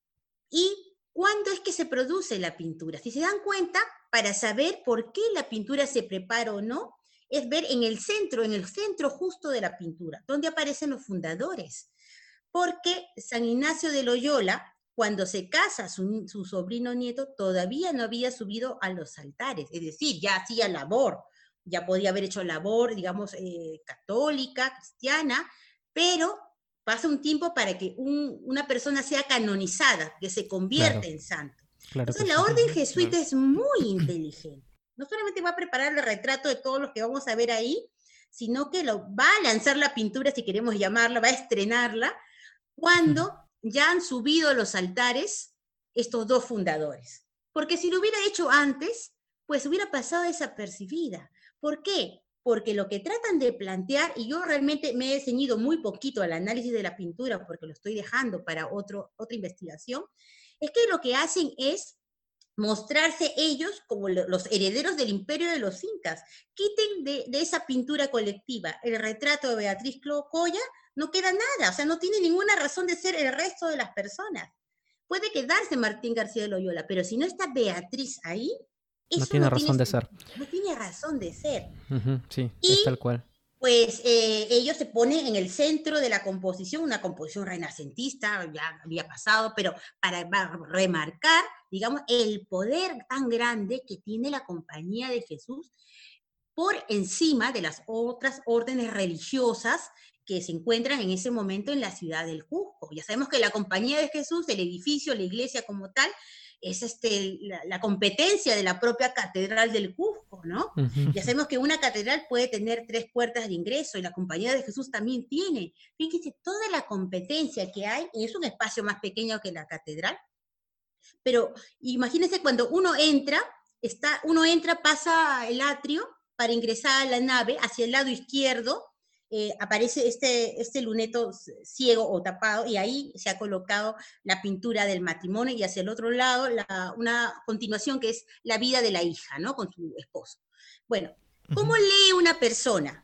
y ¿cuándo es que se produce la pintura? Si se dan cuenta, para saber por qué la pintura se prepara o no, es ver en el centro, en el centro justo de la pintura, donde aparecen los fundadores. Porque San Ignacio de Loyola, cuando se casa su, su sobrino nieto, todavía no había subido a los altares, es decir, ya hacía labor, ya podía haber hecho labor, digamos, eh, católica, cristiana, pero pasa un tiempo para que un, una persona sea canonizada, que se convierta claro. en santo. Claro Entonces la sí. orden jesuita claro. es muy inteligente. No solamente va a preparar el retrato de todos los que vamos a ver ahí, sino que lo, va a lanzar la pintura, si queremos llamarla, va a estrenarla, cuando ya han subido a los altares estos dos fundadores. Porque si lo hubiera hecho antes, pues hubiera pasado desapercibida. ¿Por qué? Porque lo que tratan de plantear, y yo realmente me he ceñido muy poquito al análisis de la pintura, porque lo estoy dejando para otro, otra investigación, es que lo que hacen es mostrarse ellos como los herederos del imperio de los incas. Quiten de, de esa pintura colectiva el retrato de Beatriz Coya, no queda nada, o sea, no tiene ninguna razón de ser el resto de las personas. Puede quedarse Martín García de Loyola, pero si no está Beatriz ahí, eso no tiene no razón tiene, de ser. No tiene razón de ser. Uh-huh, sí, y, es tal cual. Pues eh, ellos se ponen en el centro de la composición, una composición renacentista, ya había pasado, pero para, para remarcar, digamos, el poder tan grande que tiene la Compañía de Jesús por encima de las otras órdenes religiosas que se encuentran en ese momento en la ciudad del Cusco. Ya sabemos que la Compañía de Jesús, el edificio, la iglesia como tal, es este, la, la competencia de la propia Catedral del Cusco, ¿no? Uh-huh. Ya sabemos que una catedral puede tener tres puertas de ingreso y la Compañía de Jesús también tiene. Fíjense, toda la competencia que hay, y es un espacio más pequeño que la catedral, pero imagínense cuando uno entra, está, uno entra, pasa el atrio para ingresar a la nave, hacia el lado izquierdo, Eh, aparece este, este luneto ciego o tapado y ahí se ha colocado la pintura del matrimonio y hacia el otro lado la, una continuación que es la vida de la hija, ¿no? Con su esposo. Bueno, ¿cómo uh-huh. lee una persona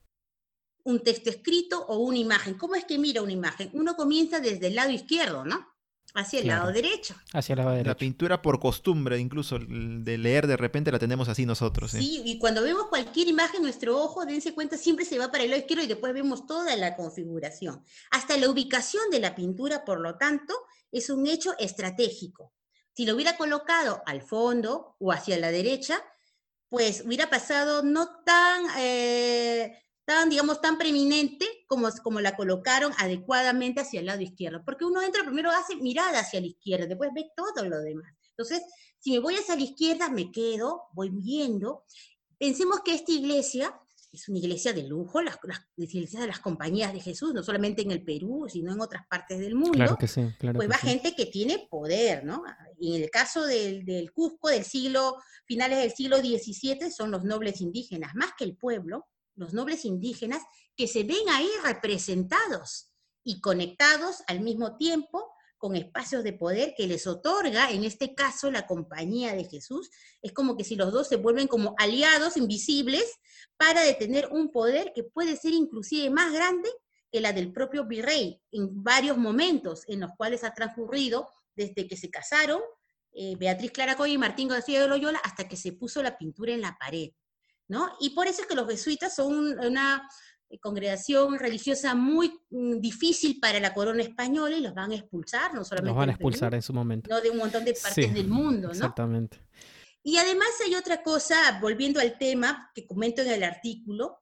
un texto escrito o una imagen? ¿Cómo es que mira una imagen? Uno comienza desde el lado izquierdo, ¿no? Hacia el claro. lado derecho. Hacia el lado derecho. La pintura por costumbre, incluso de leer de repente la tenemos así nosotros. ¿eh? Sí, y cuando vemos cualquier imagen, nuestro ojo, dense cuenta, siempre se va para el lado izquierdo y después vemos toda la configuración. Hasta la ubicación de la pintura, por lo tanto, es un hecho estratégico. Si lo hubiera colocado al fondo o hacia la derecha, pues hubiera pasado no tan... Eh, tan, digamos, tan preeminente como, como la colocaron adecuadamente hacia el lado izquierdo. Porque uno entra, primero hace mirada hacia la izquierda, después ve todo lo demás. Entonces, si me voy hacia la izquierda, me quedo, voy viendo. Pensemos que esta iglesia es una iglesia de lujo, las, las iglesias de las compañías de Jesús, no solamente en el Perú, sino en otras partes del mundo. Claro que sí, claro Pues que va sí. gente que tiene poder, ¿no? Y en el caso del, del Cusco, del siglo, finales del siglo diecisiete, son los nobles indígenas, más que el pueblo, los nobles indígenas, que se ven ahí representados y conectados al mismo tiempo con espacios de poder que les otorga, en este caso, la Compañía de Jesús. Es como que si los dos se vuelven como aliados invisibles para detener un poder que puede ser inclusive más grande que la del propio virrey, en varios momentos en los cuales ha transcurrido desde que se casaron eh, Beatriz Claracoy y Martín García de Loyola hasta que se puso la pintura en la pared, ¿no? Y por eso es que los jesuitas son una congregación religiosa muy mm, difícil para la corona española y los van a expulsar, no Los solamente van a del Perú, expulsar en su momento. no de un montón de partes Sí, del mundo, ¿no? exactamente. Y además hay otra cosa, volviendo al tema que comento en el artículo,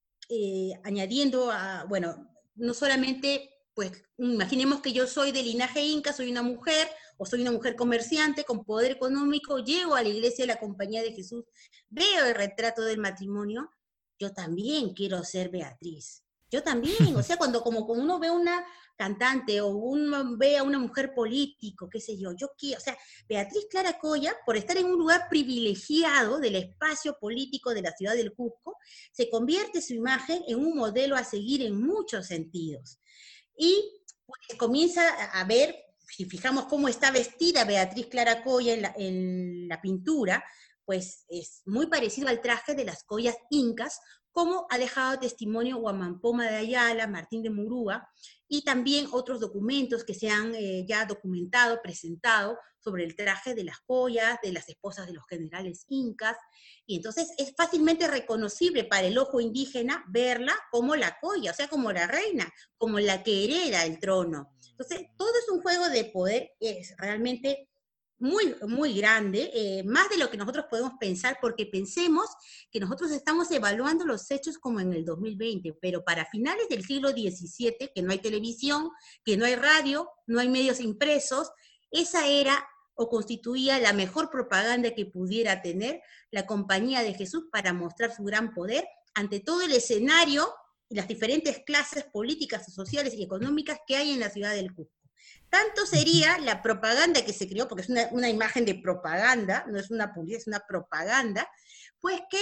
eh, añadiendo a, bueno, no solamente, pues, imaginemos que yo soy de linaje inca, soy una mujer, o soy una mujer comerciante con poder económico, llego a la iglesia de la Compañía de Jesús, veo el retrato del matrimonio, yo también quiero ser Beatriz. Yo también, o sea, cuando como, como uno ve una cantante o uno ve a una mujer político, qué sé yo, yo quiero, o sea, Beatriz Claracoya, por estar en un lugar privilegiado del espacio político de la ciudad del Cusco, se convierte su imagen en un modelo a seguir en muchos sentidos. Y pues, comienza a ver, si fijamos cómo está vestida Beatriz Claracoya en la, en la pintura, pues es muy parecido al traje de las collas incas, como ha dejado testimonio Huamampoma de Ayala, Martín de Murúa, y también otros documentos que se han eh, ya documentado, presentado sobre el traje de las collas, de las esposas de los generales incas, y entonces es fácilmente reconocible para el ojo indígena verla como la colla, o sea, como la reina, como la que hereda el trono. Entonces, todo es un juego de poder, es realmente muy, muy grande, eh, más de lo que nosotros podemos pensar, porque pensemos que nosotros estamos evaluando los hechos como en el dos mil veinte, pero para finales del siglo diecisiete, que no hay televisión, que no hay radio, no hay medios impresos, esa era o constituía la mejor propaganda que pudiera tener la Compañía de Jesús para mostrar su gran poder ante todo el escenario y las diferentes clases políticas, sociales y económicas que hay en la ciudad del Cusco. Tanto sería la propaganda que se creó, porque es una, una imagen de propaganda, no es una publicidad, es una propaganda, pues que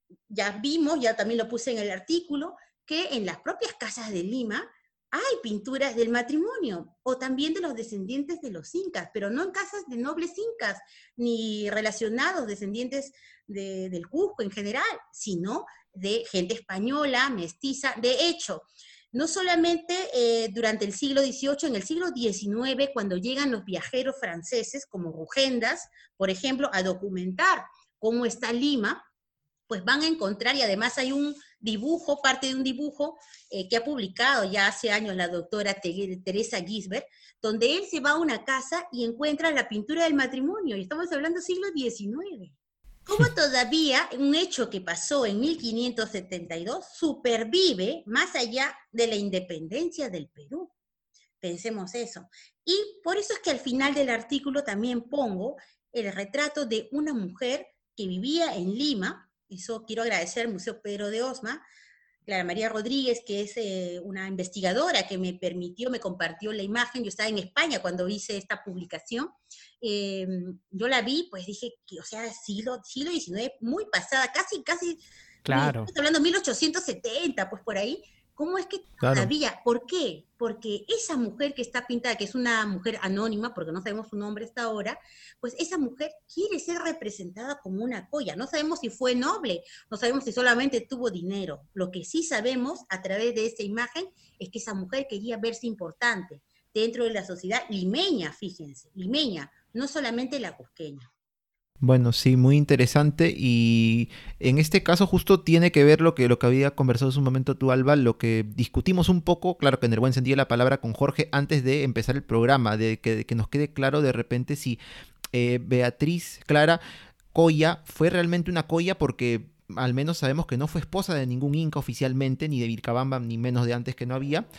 ya vimos, ya también lo puse en el artículo, que en las propias casas de Lima hay pinturas del matrimonio, o también de los descendientes de los incas, pero no en casas de nobles incas, ni relacionados descendientes de, del Cusco en general, sino de gente española, mestiza. De hecho, no solamente eh, durante el siglo dieciocho, en el siglo diecinueve, cuando llegan los viajeros franceses, como Rugendas, por ejemplo, a documentar cómo está Lima, pues van a encontrar, y además hay un dibujo, parte de un dibujo eh, que ha publicado ya hace años la doctora Teresa Gisbert, donde él se va a una casa y encuentra la pintura del matrimonio, y estamos hablando siglo diecinueve. ¿Cómo todavía un hecho que pasó en mil quinientos setenta y dos supervive más allá de la independencia del Perú? Pensemos eso. Y por eso es que al final del artículo también pongo el retrato de una mujer que vivía en Lima. Eso quiero agradecer al Museo Pedro de Osma, Clara María Rodríguez, que es eh, una investigadora que me permitió, me compartió la imagen. Yo estaba en España cuando hice esta publicación. Eh, yo la vi, pues dije, que, o sea, siglo, siglo diecinueve, muy pasada, casi, casi, Claro. estamos hablando de mil ochocientos setenta, pues por ahí. ¿Cómo es que todavía? Claro. ¿Por qué? Porque esa mujer que está pintada, que es una mujer anónima, porque no sabemos su nombre hasta ahora, pues esa mujer quiere ser representada como una colla. No sabemos si fue noble, no sabemos si solamente tuvo dinero. Lo que sí sabemos a través de esa imagen es que esa mujer quería verse importante dentro de la sociedad limeña, fíjense, limeña, no solamente la cusqueña. Bueno, sí, muy interesante, y en este caso justo tiene que ver lo que, lo que había conversado hace un momento tú, Alba, lo que discutimos un poco, claro que en el buen sentido de la palabra, con Jorge antes de empezar el programa, de que, de que nos quede claro de repente si eh, Beatriz Clara Coya fue realmente una colla, porque al menos sabemos que no fue esposa de ningún inca oficialmente, ni de Vilcabamba, ni menos de antes que no había.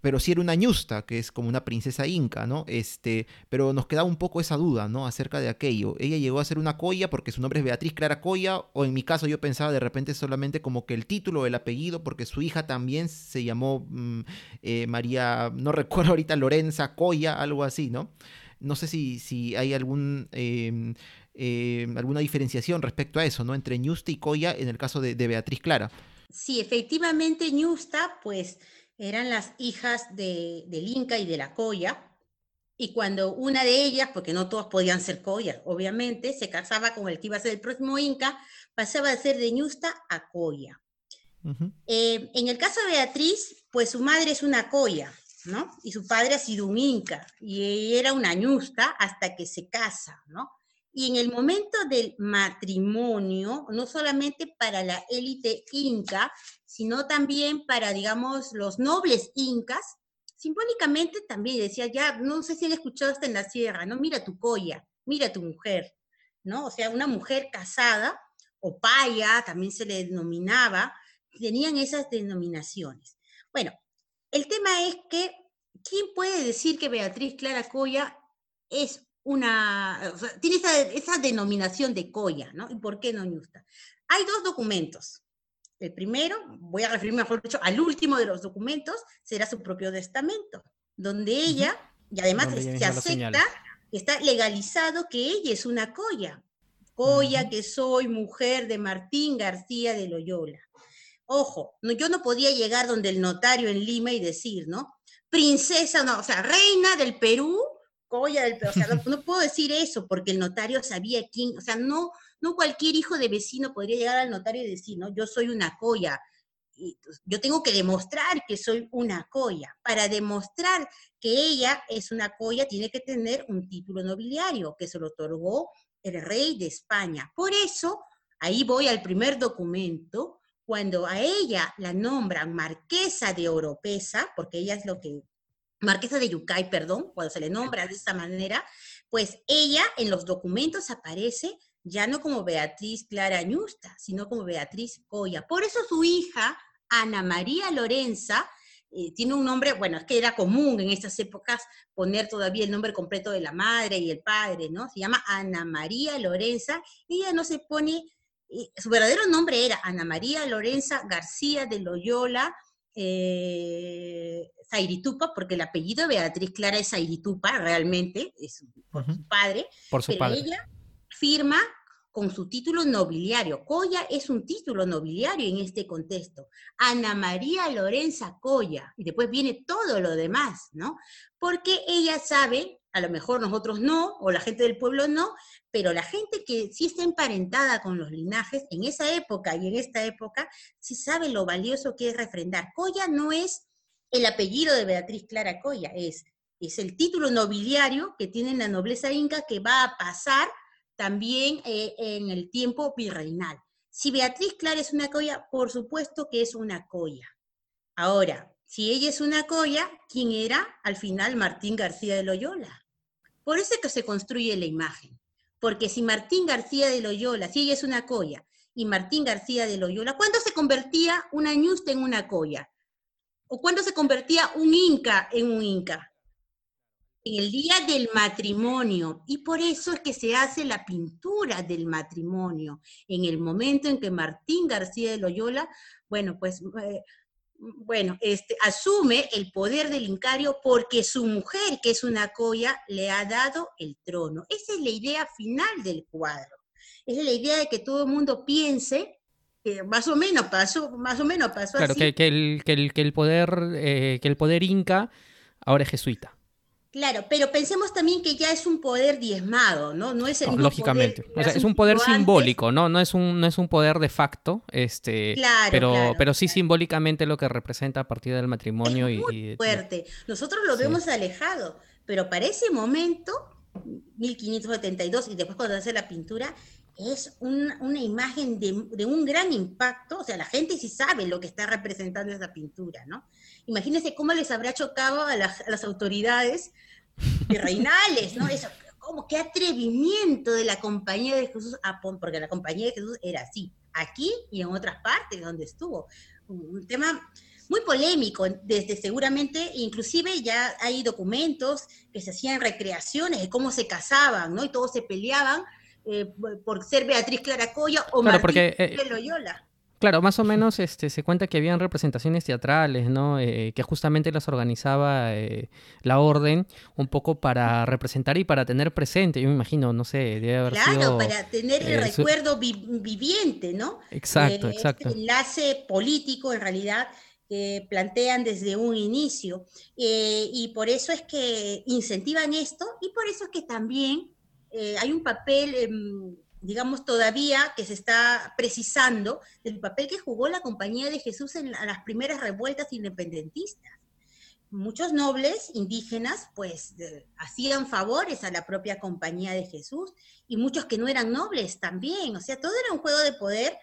pero sí era una ñusta, que es como una princesa inca, ¿no? Este, pero nos quedaba un poco esa duda, ¿no? Acerca de aquello. Ella llegó a ser una Coya porque su nombre es Beatriz Clara Coya, o en mi caso yo pensaba de repente solamente como que el título o el apellido, porque su hija también se llamó mm, eh, María, no recuerdo ahorita, Lorenza Coya, algo así, ¿no? No sé si, si hay algún... Eh, eh, alguna diferenciación respecto a eso, ¿no? Entre ñusta y Coya en el caso de, de Beatriz Clara. Sí, efectivamente, ñusta, pues eran las hijas de, del Inca y de la Coya, y cuando una de ellas, porque no todas podían ser Coyas, obviamente, se casaba con el que iba a ser el próximo Inca, pasaba a ser de ñusta a Coya. Uh-huh. Eh, en el caso de Beatriz, pues su madre es una Coya, ¿no? Y su padre ha sido un Inca, y ella era una ñusta hasta que se casa, ¿no? Y en el momento del matrimonio, no solamente para la élite inca, sino también para, digamos, los nobles incas, simbólicamente también decía, ya, no sé si han escuchado hasta en la sierra, ¿no? Mira tu Coya, mira tu mujer, ¿no? O sea, una mujer casada, o paya, también se le denominaba, tenían esas denominaciones. Bueno, el tema es que, ¿quién puede decir que Beatriz Clara Coya es una, o sea, tiene esa, esa denominación de Coya, ¿no? ¿Y por qué no ñusta? Hay dos documentos. El primero, voy a referirme, mejor dicho, al último de los documentos, será su propio testamento, donde ella, y además donde se acepta, está legalizado que ella es una Coya. Coya, uh-huh. que soy mujer de Martín García de Loyola. Ojo, no, yo no podía llegar donde el notario en Lima y decir, ¿no? Princesa, no, o sea, reina del Perú, Coya del Perú, o sea, no, no puedo decir eso porque el notario sabía quién, o sea, no, no cualquier hijo de vecino podría llegar al notario y decir, ¿no? Yo soy una Coya, y yo tengo que demostrar que soy una Coya. Para demostrar que ella es una Coya tiene que tener un título nobiliario que se lo otorgó el rey de España. Por eso, ahí voy al primer documento, cuando a ella la nombran marquesa de Oropesa, porque ella es lo que, marquesa de Yucay, perdón, cuando se le nombra de esta manera, pues ella en los documentos aparece ya no como Beatriz Clara Ñusta, sino como Beatriz Coya. Por eso su hija, Ana María Lorenza, eh, tiene un nombre, bueno, es que era común en estas épocas poner todavía el nombre completo de la madre y el padre, ¿no? Se llama Ana María Lorenza, ella no se pone... Su verdadero nombre era Ana María Lorenza García de Loyola eh, Zairitupa, porque el apellido de Beatriz Clara es Zairitupa, realmente, es por uh-huh. su padre, por su pero padre. Ella firma con su título nobiliario. Coya es un título nobiliario en este contexto. Ana María Lorenza Coya, y después viene todo lo demás, ¿no? Porque ella sabe, a lo mejor nosotros no, o la gente del pueblo no, pero la gente que sí está emparentada con los linajes, en esa época y en esta época, sí sabe lo valioso que es refrendar. Coya no es el apellido de Beatriz Clara Coya, es, es el título nobiliario que tiene la nobleza inca que va a pasar también eh, en el tiempo virreinal. Si Beatriz Clara es una Coya, por supuesto que es una Coya. Ahora, si ella es una Coya, ¿quién era al final Martín García de Loyola? Por eso es que se construye la imagen. Porque si Martín García de Loyola, si ella es una Coya, y Martín García de Loyola, ¿cuándo se convertía una ñusta en una Coya? ¿O cuándo se convertía un inca en un inca? En el día del matrimonio, y por eso es que se hace la pintura del matrimonio, en el momento en que Martín García de Loyola, bueno, pues, eh, bueno, este, asume el poder del incario porque su mujer, que es una Coya, le ha dado el trono. Esa es la idea final del cuadro. Esa es la idea de que todo el mundo piense que más o menos pasó, más o menos pasó claro, así. Claro, que, que, el, que, el, que, el poder, eh, que el poder inca ahora es jesuita. Claro, pero pensemos también que ya es un poder diezmado, ¿no? No es el no, mismo lógicamente. poder. O sea, es un poder simbólico, ¿no? No es un, no es un poder de facto, este, claro, pero, claro, pero sí claro. simbólicamente lo que representa a partir del matrimonio. Es muy y, fuerte. Nosotros lo sí. vemos alejado, pero para ese momento, mil quinientos setenta y dos, y después cuando hace la pintura, es un, una imagen de, de un gran impacto. O sea, la gente sí sabe lo que está representando esa pintura, ¿no? Imagínense cómo les habrá chocado a las, a las autoridades virreinales, ¿no? Eso, como qué atrevimiento de la Compañía de Jesús, porque la Compañía de Jesús era así, aquí y en otras partes donde estuvo. Un tema muy polémico, desde seguramente, inclusive ya hay documentos que se hacían recreaciones de cómo se casaban, ¿no? Y todos se peleaban eh, por ser Beatriz Claracoya o Claro, Martín porque eh, de Loyola. claro, más o menos este, se cuenta que habían representaciones teatrales, ¿no? Eh, que justamente las organizaba eh, la orden un poco para representar y para tener presente. Yo me imagino, no sé, debe haber Claro, sido... para tener el eh, su- recuerdo vi- viviente, ¿no? Exacto, Eh, este exacto. enlace político, en realidad, que plantean desde un inicio. Eh, y por eso es que incentivan esto, y por eso es que también eh, hay un papel, eh, digamos, todavía que se está precisando del papel que jugó la Compañía de Jesús en la- las primeras revueltas independentistas. Muchos nobles indígenas pues de, hacían favores a la propia Compañía de Jesús, y muchos que no eran nobles también. O sea, todo era un juego de poder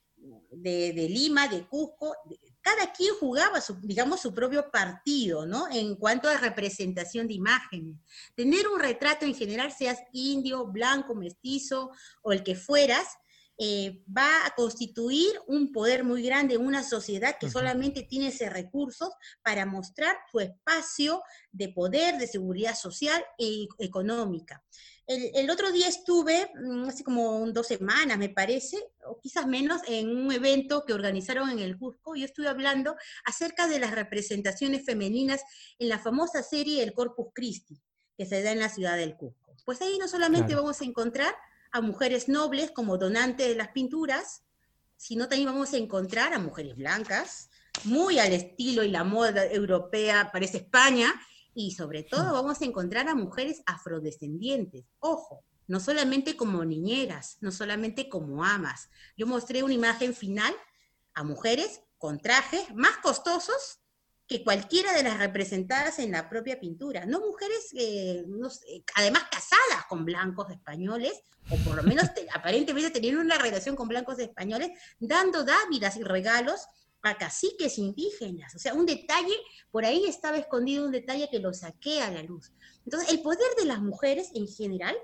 de, de Lima, de Cusco. De, cada quien jugaba, su, digamos, su propio partido, ¿no? En cuanto a representación de imágenes. Tener un retrato en general, seas indio, blanco, mestizo o el que fueras, eh, va a constituir un poder muy grande en una sociedad que Ujú. solamente tiene ese recursos para mostrar su espacio de poder, de seguridad social e económica. El, el otro día estuve, mm, hace como dos semanas me parece, o quizás menos, en un evento que organizaron en el Cusco. Yo estuve hablando acerca de las representaciones femeninas en la famosa serie El Corpus Christi, que se da en la ciudad del Cusco. Pues ahí no solamente Claro. vamos a encontrar a mujeres nobles como donantes de las pinturas, sino también vamos a encontrar a mujeres blancas, muy al estilo y la moda europea, parece España, y sobre todo vamos a encontrar a mujeres afrodescendientes. Ojo, no solamente como niñeras, no solamente como amas. Yo mostré una imagen final a mujeres con trajes más costosos que cualquiera de las representadas en la propia pintura. No mujeres, eh, no sé, además casadas con blancos españoles, o por lo menos te, aparentemente teniendo una relación con blancos españoles, dando dávidas y regalos a caciques indígenas. O sea, un detalle, por ahí estaba escondido un detalle que lo saqué a la luz. Entonces, el poder de las mujeres en general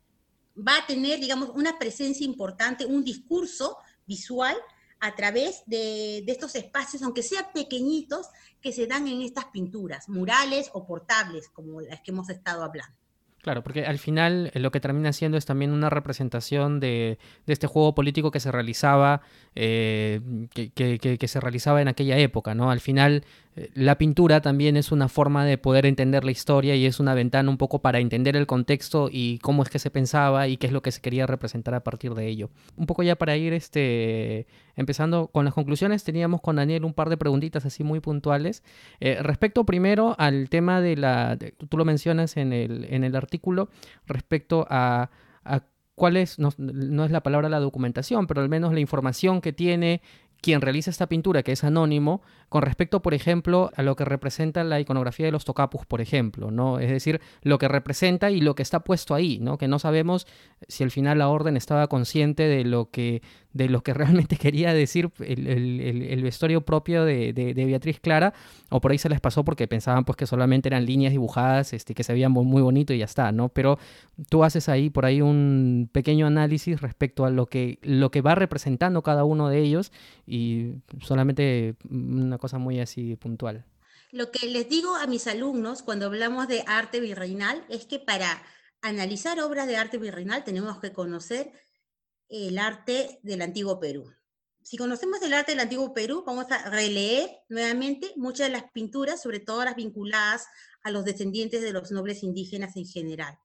va a tener, digamos, una presencia importante, un discurso visual a través de, de estos espacios, aunque sean pequeñitos, que se dan en estas pinturas, murales o portables, como las que hemos estado hablando. Claro, porque al final eh, lo que termina siendo es también una representación de, de este juego político que se realizaba, eh, que, que- que- que se realizaba en aquella época, ¿no? Al final, eh, la pintura también es una forma de poder entender la historia y es una ventana un poco para entender el contexto y cómo es que se pensaba y qué es lo que se quería representar a partir de ello. Un poco ya para ir este, empezando con las conclusiones, teníamos con Daniel un par de preguntitas así muy puntuales. Eh, respecto primero al tema de la, de- tú lo mencionas en el, en el artículo, respecto a, a cuál es, no, no es la palabra la documentación, pero al menos la información que tiene quien realiza esta pintura, que es anónimo, con respecto, por ejemplo, a lo que representa la iconografía de los tocapus, por ejemplo, ¿no? Es decir, lo que representa y lo que está puesto ahí, ¿no? Que no sabemos si al final la orden estaba consciente de lo que, de lo que realmente quería decir el, el, el, el vestuario propio de, de, de Beatriz Clara, o por ahí se les pasó porque pensaban pues que solamente eran líneas dibujadas, este, que se veían muy, muy bonito y ya está, ¿no? Pero tú haces ahí por ahí un pequeño análisis respecto a lo que, lo que va representando cada uno de ellos y solamente una cosa muy así puntual. Lo que les digo a mis alumnos cuando hablamos de arte virreinal es que para analizar obras de arte virreinal tenemos que conocer el arte del Antiguo Perú. Si conocemos el arte del Antiguo Perú, vamos a releer nuevamente muchas de las pinturas, sobre todo las vinculadas a los descendientes de los nobles indígenas en general.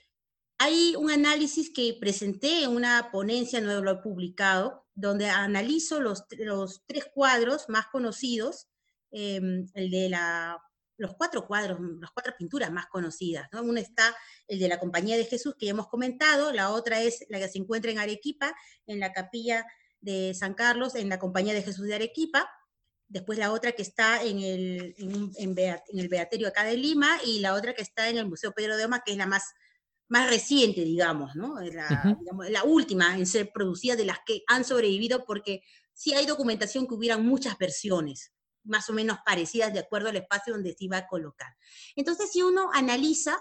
Hay un análisis que presenté en una ponencia, no lo he publicado, donde analizo los, los tres cuadros más conocidos, eh, el de la, los cuatro cuadros, las cuatro pinturas más conocidas, ¿no? Uno está el de la Compañía de Jesús, que ya hemos comentado, la otra es la que se encuentra en Arequipa, en la capilla de San Carlos, en la Compañía de Jesús de Arequipa, después la otra que está en el, en, en, Beat, en el Beaterio acá de Lima, y la otra que está en el Museo Pedro de Oma, que es la más más reciente, digamos, ¿no? La, Uh-huh. digamos, la última en ser producida de las que han sobrevivido, porque sí hay documentación que hubieran muchas versiones, más o menos parecidas de acuerdo al espacio donde se iba a colocar. Entonces, si uno analiza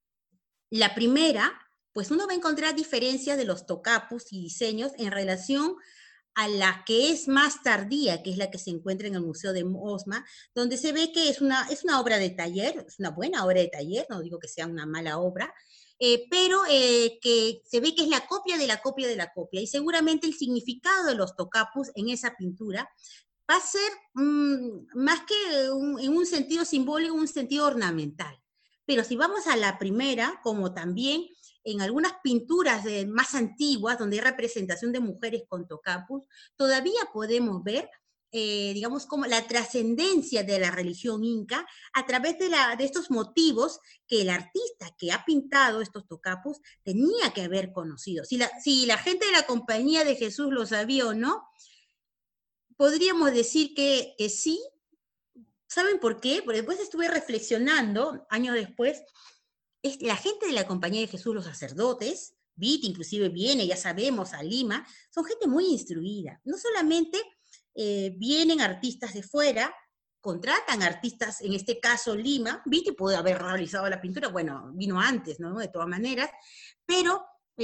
la primera, pues uno va a encontrar diferencias de los tocapus y diseños en relación a la que es más tardía, que es la que se encuentra en el Museo de Osma, donde se ve que es una, es una obra de taller, es una buena obra de taller, no digo que sea una mala obra, eh, pero eh, que se ve que es la copia de la copia de la copia, y seguramente el significado de los tocapus en esa pintura va a ser mmm, más que un, en un sentido simbólico, un sentido ornamental. Pero si vamos a la primera, como también en algunas pinturas de, más antiguas, donde hay representación de mujeres con tocapus, todavía podemos ver, eh, digamos, como la trascendencia de la religión inca a través de, la, de estos motivos que el artista que ha pintado estos tocapus tenía que haber conocido. Si la, si la gente de la Compañía de Jesús lo sabía o no, podríamos decir que, que sí. ¿Saben por qué? Porque después estuve reflexionando, años después, es la gente de la Compañía de Jesús, los sacerdotes, Viti inclusive viene, ya sabemos, a Lima, son gente muy instruida. No solamente eh, vienen artistas de fuera, contratan artistas, en este caso Lima, Viti puede haber realizado la pintura, bueno, vino antes, ¿no? De todas maneras, pero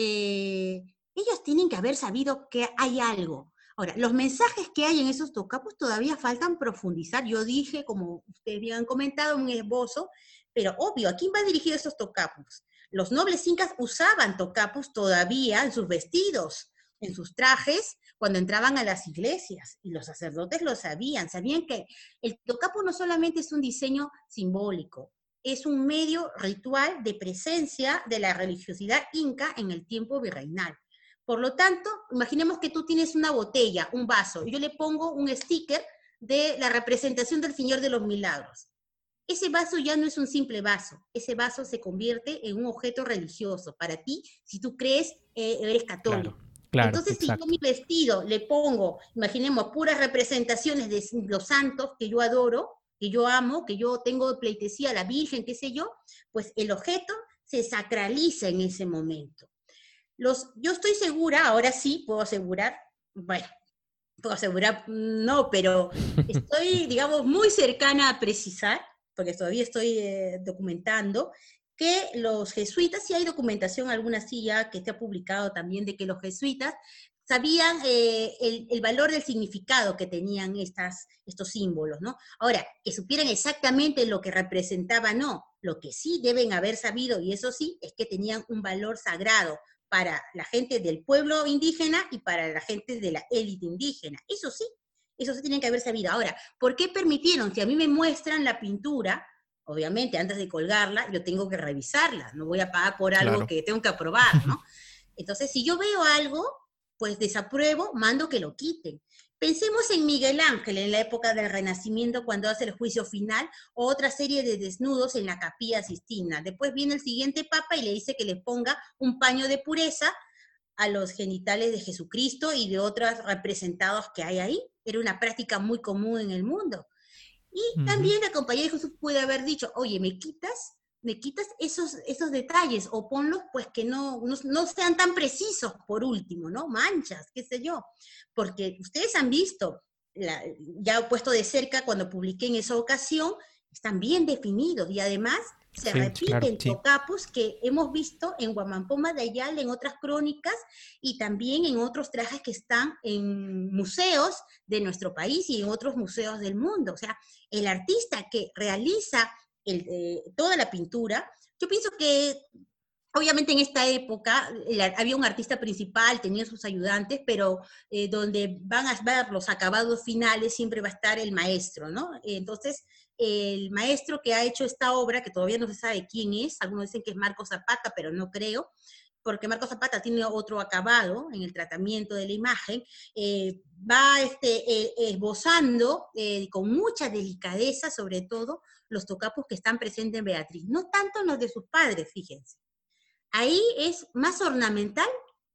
eh, ellos tienen que haber sabido que hay algo. Ahora, los mensajes que hay en esos tocapus todavía faltan profundizar. Yo dije, como ustedes bien han comentado, un esbozo, pero obvio, ¿a quién va dirigido esos tocapus? Los nobles incas usaban tocapus todavía en sus vestidos, en sus trajes, cuando entraban a las iglesias, y los sacerdotes lo sabían, sabían que el tocapu no solamente es un diseño simbólico, es un medio ritual de presencia de la religiosidad inca en el tiempo virreinal. Por lo tanto, imaginemos que tú tienes una botella, un vaso, y yo le pongo un sticker de la representación del Señor de los Milagros. Ese vaso ya no es un simple vaso, ese vaso se convierte en un objeto religioso para ti, si tú crees, eh, eres católico. Claro, claro, entonces, exacto. si yo mi vestido le pongo, imaginemos, puras representaciones de los santos que yo adoro, que yo amo, que yo tengo pleitesía a la Virgen, qué sé yo, pues el objeto se sacraliza en ese momento. Los, yo estoy segura, ahora sí puedo asegurar, bueno, puedo asegurar, no, pero estoy, digamos, muy cercana a precisar, porque todavía estoy eh, documentando, que los jesuitas, sí hay documentación alguna sí ya que se ha publicado también, de que los jesuitas sabían eh, el, el valor del significado que tenían estas, estos símbolos, ¿no? Ahora, que supieran exactamente lo que representaban, no, lo que sí deben haber sabido, y eso sí, es que tenían un valor sagrado para la gente del pueblo indígena y para la gente de la élite indígena. Eso sí, eso sí tienen que haber sabido. Ahora, ¿por qué permitieron? Si a mí me muestran la pintura, obviamente antes de colgarla, yo tengo que revisarla, no voy a pagar por algo claro. que tengo que aprobar, ¿no? Entonces, si yo veo algo, pues desapruebo, mando que lo quiten. Pensemos en Miguel Ángel, en la época del Renacimiento, cuando hace el juicio final, o otra serie de desnudos en la Capilla Sistina. Después viene el siguiente papa y le dice que le ponga un paño de pureza a los genitales de Jesucristo y de otros representados que hay ahí. Era una práctica muy común en el mundo. Y uh-huh. también la Compañía de Jesús puede haber dicho, oye, ¿me quitas? ¿Me quitas esos, esos detalles? O ponlos, pues, que no, no, no sean tan precisos, por último, ¿no? Manchas, qué sé yo. Porque ustedes han visto, la, ya he puesto de cerca cuando publiqué en esa ocasión, están bien definidos y además se sí, repiten claro, sí. tocapus que hemos visto en Huamampoma de Ayala, en otras crónicas, y también en otros trajes que están en museos de nuestro país y en otros museos del mundo. O sea, el artista que realiza el, eh, toda la pintura, yo pienso que obviamente en esta época el, había un artista principal, tenía sus ayudantes, pero eh, donde van a ver los acabados finales siempre va a estar el maestro, ¿no? Entonces, el maestro que ha hecho esta obra, que todavía no se sabe quién es, algunos dicen que es Marco Zapata, pero no creo, porque Marco Zapata tiene otro acabado en el tratamiento de la imagen, eh, va este, eh, esbozando eh, con mucha delicadeza, sobre todo, los tocapus que están presentes en Beatriz. No tanto en los de sus padres, fíjense. Ahí es más ornamental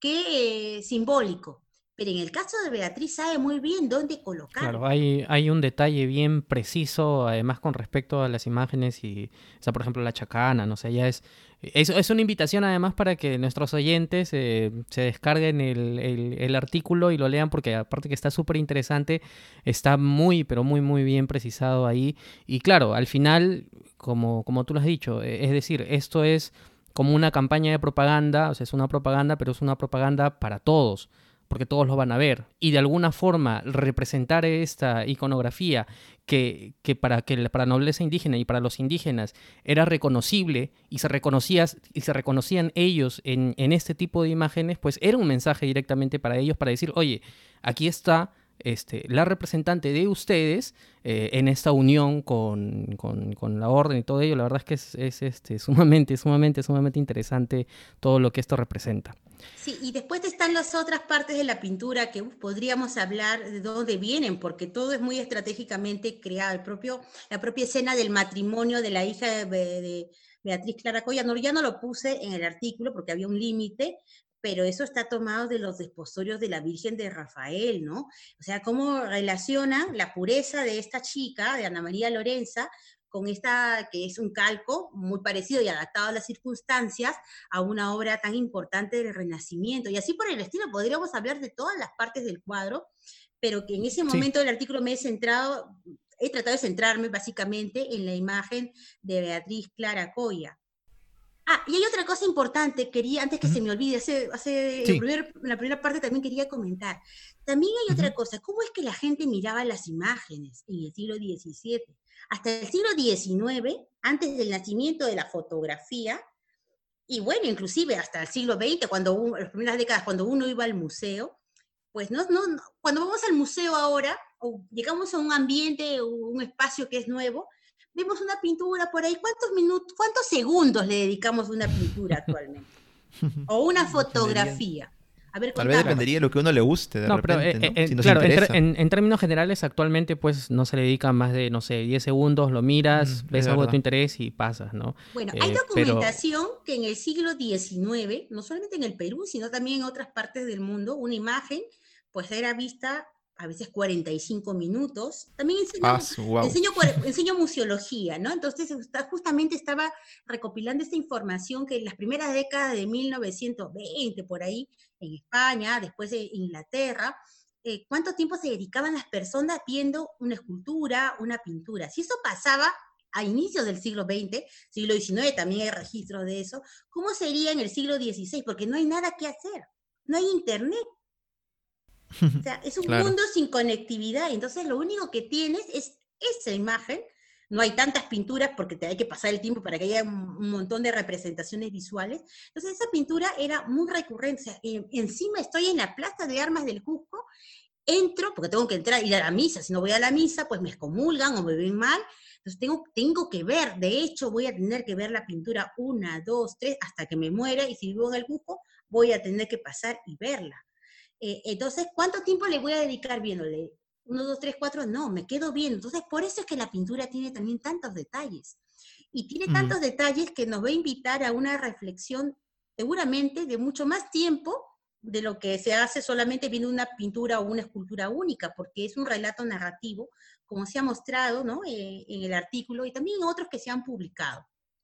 que eh, simbólico. Pero en el caso de Beatriz sabe muy bien dónde colocarlo. Claro, hay, hay un detalle bien preciso, además con respecto a las imágenes y, o sea, por ejemplo, la chacana, no sé, ya es, es, es una invitación además para que nuestros oyentes eh, se descarguen el, el, el artículo y lo lean, porque aparte que está súper interesante, está muy, pero muy, muy bien precisado ahí. Y claro, al final, como, como tú lo has dicho, es decir, esto es como una campaña de propaganda, o sea, es una propaganda, pero es una propaganda para todos. porque todos lo van a ver. Y de alguna forma representar esta iconografía que, que, para, que para la nobleza indígena y para los indígenas era reconocible y se, reconocías, y se reconocían ellos en, en este tipo de imágenes, pues era un mensaje directamente para ellos para decir, oye, aquí está este, la representante de ustedes eh, en esta unión con, con, con la orden y todo ello. La verdad es que es, es este, sumamente, sumamente, sumamente interesante todo lo que esto representa. Sí, y después están las otras partes de la pintura que uf, podríamos hablar de dónde vienen, porque todo es muy estratégicamente creado. El propio, la propia escena del matrimonio de la hija de, de Beatriz Clara Coya, no, ya no lo puse en el artículo porque había un límite, pero eso está tomado de los desposorios de la Virgen de Rafael, ¿no? O sea, cómo relacionan la pureza de esta chica, de Ana María Lorenza, con esta, que es un calco muy parecido y adaptado a las circunstancias, a una obra tan importante del Renacimiento. Y así por el estilo podríamos hablar de todas las partes del cuadro, pero que en ese momento sí. del artículo me he centrado, he tratado de centrarme básicamente en la imagen de Beatriz Clara Coya. Ah, y hay otra cosa importante, quería, antes que uh-huh. se me olvide, hace, hace sí. en, primer, en la primera parte también quería comentar. También hay uh-huh. otra cosa, ¿cómo es que la gente miraba las imágenes en el siglo diecisiete? Hasta el siglo diecinueve, antes del nacimiento de la fotografía, y bueno, inclusive hasta el siglo veinte, cuando uno, las primeras décadas, cuando uno iba al museo, pues no, no, no cuando vamos al museo ahora, o llegamos a un ambiente, un espacio que es nuevo, vemos una pintura por ahí, ¿cuántos minutos, cuántos segundos le dedicamos a una pintura actualmente? O una fotografía. A ver, tal vez dependería de lo que a uno le guste de no, repente, pero, eh, ¿no? Eh, si nos claro, interesa. En, en, en términos generales, actualmente pues no se le dedica más de, no sé, diez segundos, lo miras, mm, ves algo de tu interés y pasas, ¿no? Bueno, eh, hay documentación pero... que en el siglo diecinueve, no solamente en el Perú, sino también en otras partes del mundo, una imagen pues era vista a veces cuarenta y cinco minutos. También enseño, ah, wow. enseño, enseño museología, ¿no? Entonces justamente estaba recopilando esta información que en las primeras décadas de mil novecientos veinte, por ahí, en España, después de Inglaterra, eh, cuánto tiempo se dedicaban las personas viendo una escultura, una pintura. Si eso pasaba a inicios del siglo veinte, siglo diecinueve también hay registros de eso, ¿cómo sería en el siglo dieciséis? Porque no hay nada que hacer, no hay internet. O sea, es un claro. mundo sin conectividad, entonces lo único que tienes es esa imagen. No hay tantas pinturas porque te hay que pasar el tiempo para que haya un, un montón de representaciones visuales. Entonces esa pintura era muy recurrente. O sea, eh, encima estoy en la Plaza de Armas del Cusco, entro, porque tengo que entrar, ir a la misa. Si no voy a la misa, pues me excomulgan o me ven mal. Entonces tengo, tengo que ver, de hecho voy a tener que ver la pintura una, dos, tres, hasta que me muera, y si vivo en el Cusco, voy a tener que pasar y verla. Eh, entonces, ¿cuánto tiempo le voy a dedicar viéndole? Uno, dos, tres, cuatro, no, me quedo viendo. Entonces, por eso es que la pintura tiene también tantos detalles. Y tiene mm. tantos detalles que nos va a invitar a una reflexión, seguramente, de mucho más tiempo de lo que se hace solamente viendo una pintura o una escultura única, porque es un relato narrativo, como se ha mostrado, ¿no? eh, en el artículo y también en otros que se han publicado.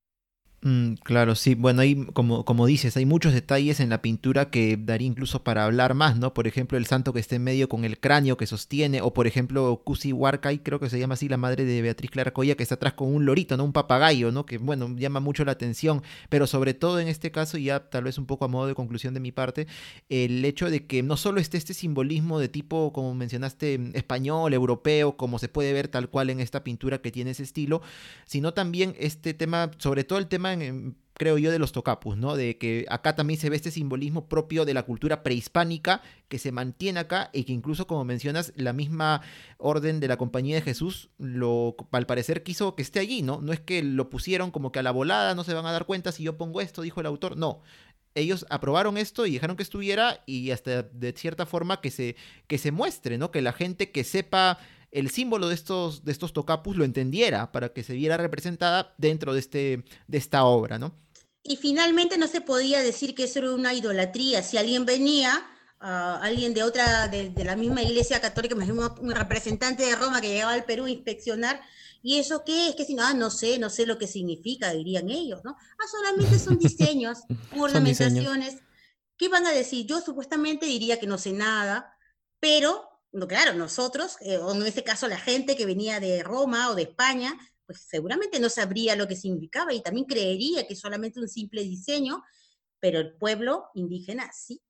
Mm, claro, sí. Bueno, ahí, como, como dices, hay muchos detalles en la pintura que daría incluso para hablar más, ¿no? Por ejemplo, el santo que está en medio con el cráneo que sostiene, o por ejemplo, Cusi Huarcay, creo que se llama así, la madre de Beatriz Clara Coya, que está atrás con un lorito, ¿no? Un papagayo, ¿no? Que, bueno, llama mucho la atención, pero sobre todo en este caso, y ya tal vez un poco a modo de conclusión de mi parte, el hecho de que no solo esté este simbolismo de tipo, como mencionaste, español, europeo, como se puede ver tal cual en esta pintura que tiene ese estilo, sino también este tema, sobre todo el tema En, creo yo, de los tocapus, ¿no? De que acá también se ve este simbolismo propio de la cultura prehispánica que se mantiene acá y que incluso, como mencionas, la misma orden de la Compañía de Jesús lo, al parecer, quiso que esté allí, ¿no? No es que lo pusieron como que a la volada, no se van a dar cuenta si yo pongo esto, dijo el autor, no. Ellos aprobaron esto y dejaron que estuviera y hasta de cierta forma que se, que se muestre, ¿no? Que la gente que sepa el símbolo de estos, de estos tocapus lo entendiera para que se viera representada dentro de, este, de esta obra, ¿no? Y finalmente no se podía decir que eso era una idolatría. Si alguien venía, uh, alguien de otra, de, de la misma iglesia católica, me imagino un representante de Roma que llegaba al Perú a inspeccionar, ¿y eso qué es? Que si no, ah, no sé, no sé lo que significa, dirían ellos, ¿no? Ah, solamente son diseños, ornamentaciones. ¿Qué van a decir? Yo supuestamente diría que no sé nada, pero... No, claro, nosotros, eh, o en este caso la gente que venía de Roma o de España, pues seguramente no sabría lo que significaba y también creería que es solamente un simple diseño, pero el pueblo indígena sí.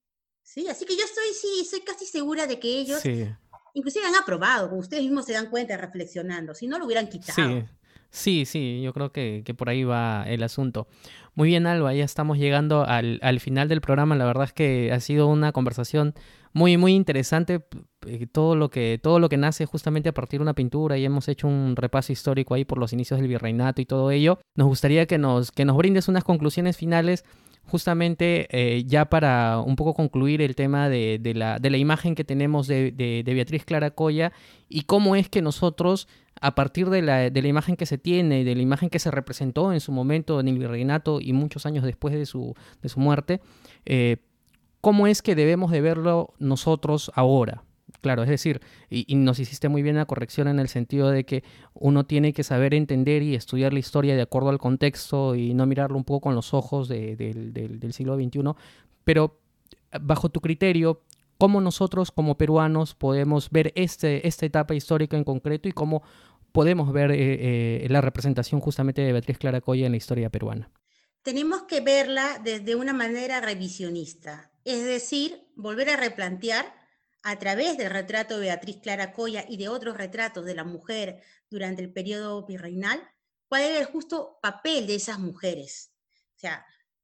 ¿sí? Así que yo estoy, sí, estoy casi segura de que ellos Sí. inclusive han aprobado, como ustedes mismos se dan cuenta reflexionando, si no lo hubieran Sí, quitado. sí, sí, yo creo que, que por ahí va el asunto. Muy bien, Alba, ya estamos llegando al, al final del programa. La verdad es que ha sido una conversación muy, muy interesante. p- eh, Todo lo que, todo lo que nace justamente a partir de una pintura y hemos hecho un repaso histórico ahí por los inicios del virreinato y todo ello. Nos gustaría que nos, que nos brindes unas conclusiones finales. Justamente eh, ya para un poco concluir el tema de, de la, de la imagen que tenemos de, de, de Beatriz Clara Coya y cómo es que nosotros a partir de la, de la imagen que se tiene, de la imagen que se representó en su momento en el virreinato y muchos años después de su, de su muerte, eh, ¿cómo es que debemos de verlo nosotros ahora? Claro, es decir, y, y nos hiciste muy bien la corrección en el sentido de que uno tiene que saber entender y estudiar la historia de acuerdo al contexto y no mirarlo un poco con los ojos de- del del- del siglo veintiuno, pero bajo tu criterio, ¿cómo nosotros como peruanos podemos ver este, esta etapa histórica en concreto y cómo podemos ver eh, eh, la representación justamente de Beatriz Clara Coya en la historia peruana? Tenemos que verla desde una manera revisionista, es decir, volver a replantear a través del retrato de Beatriz Clara Coya y de otros retratos de la mujer durante el periodo virreinal, cuál era el justo papel de esas mujeres. O sea,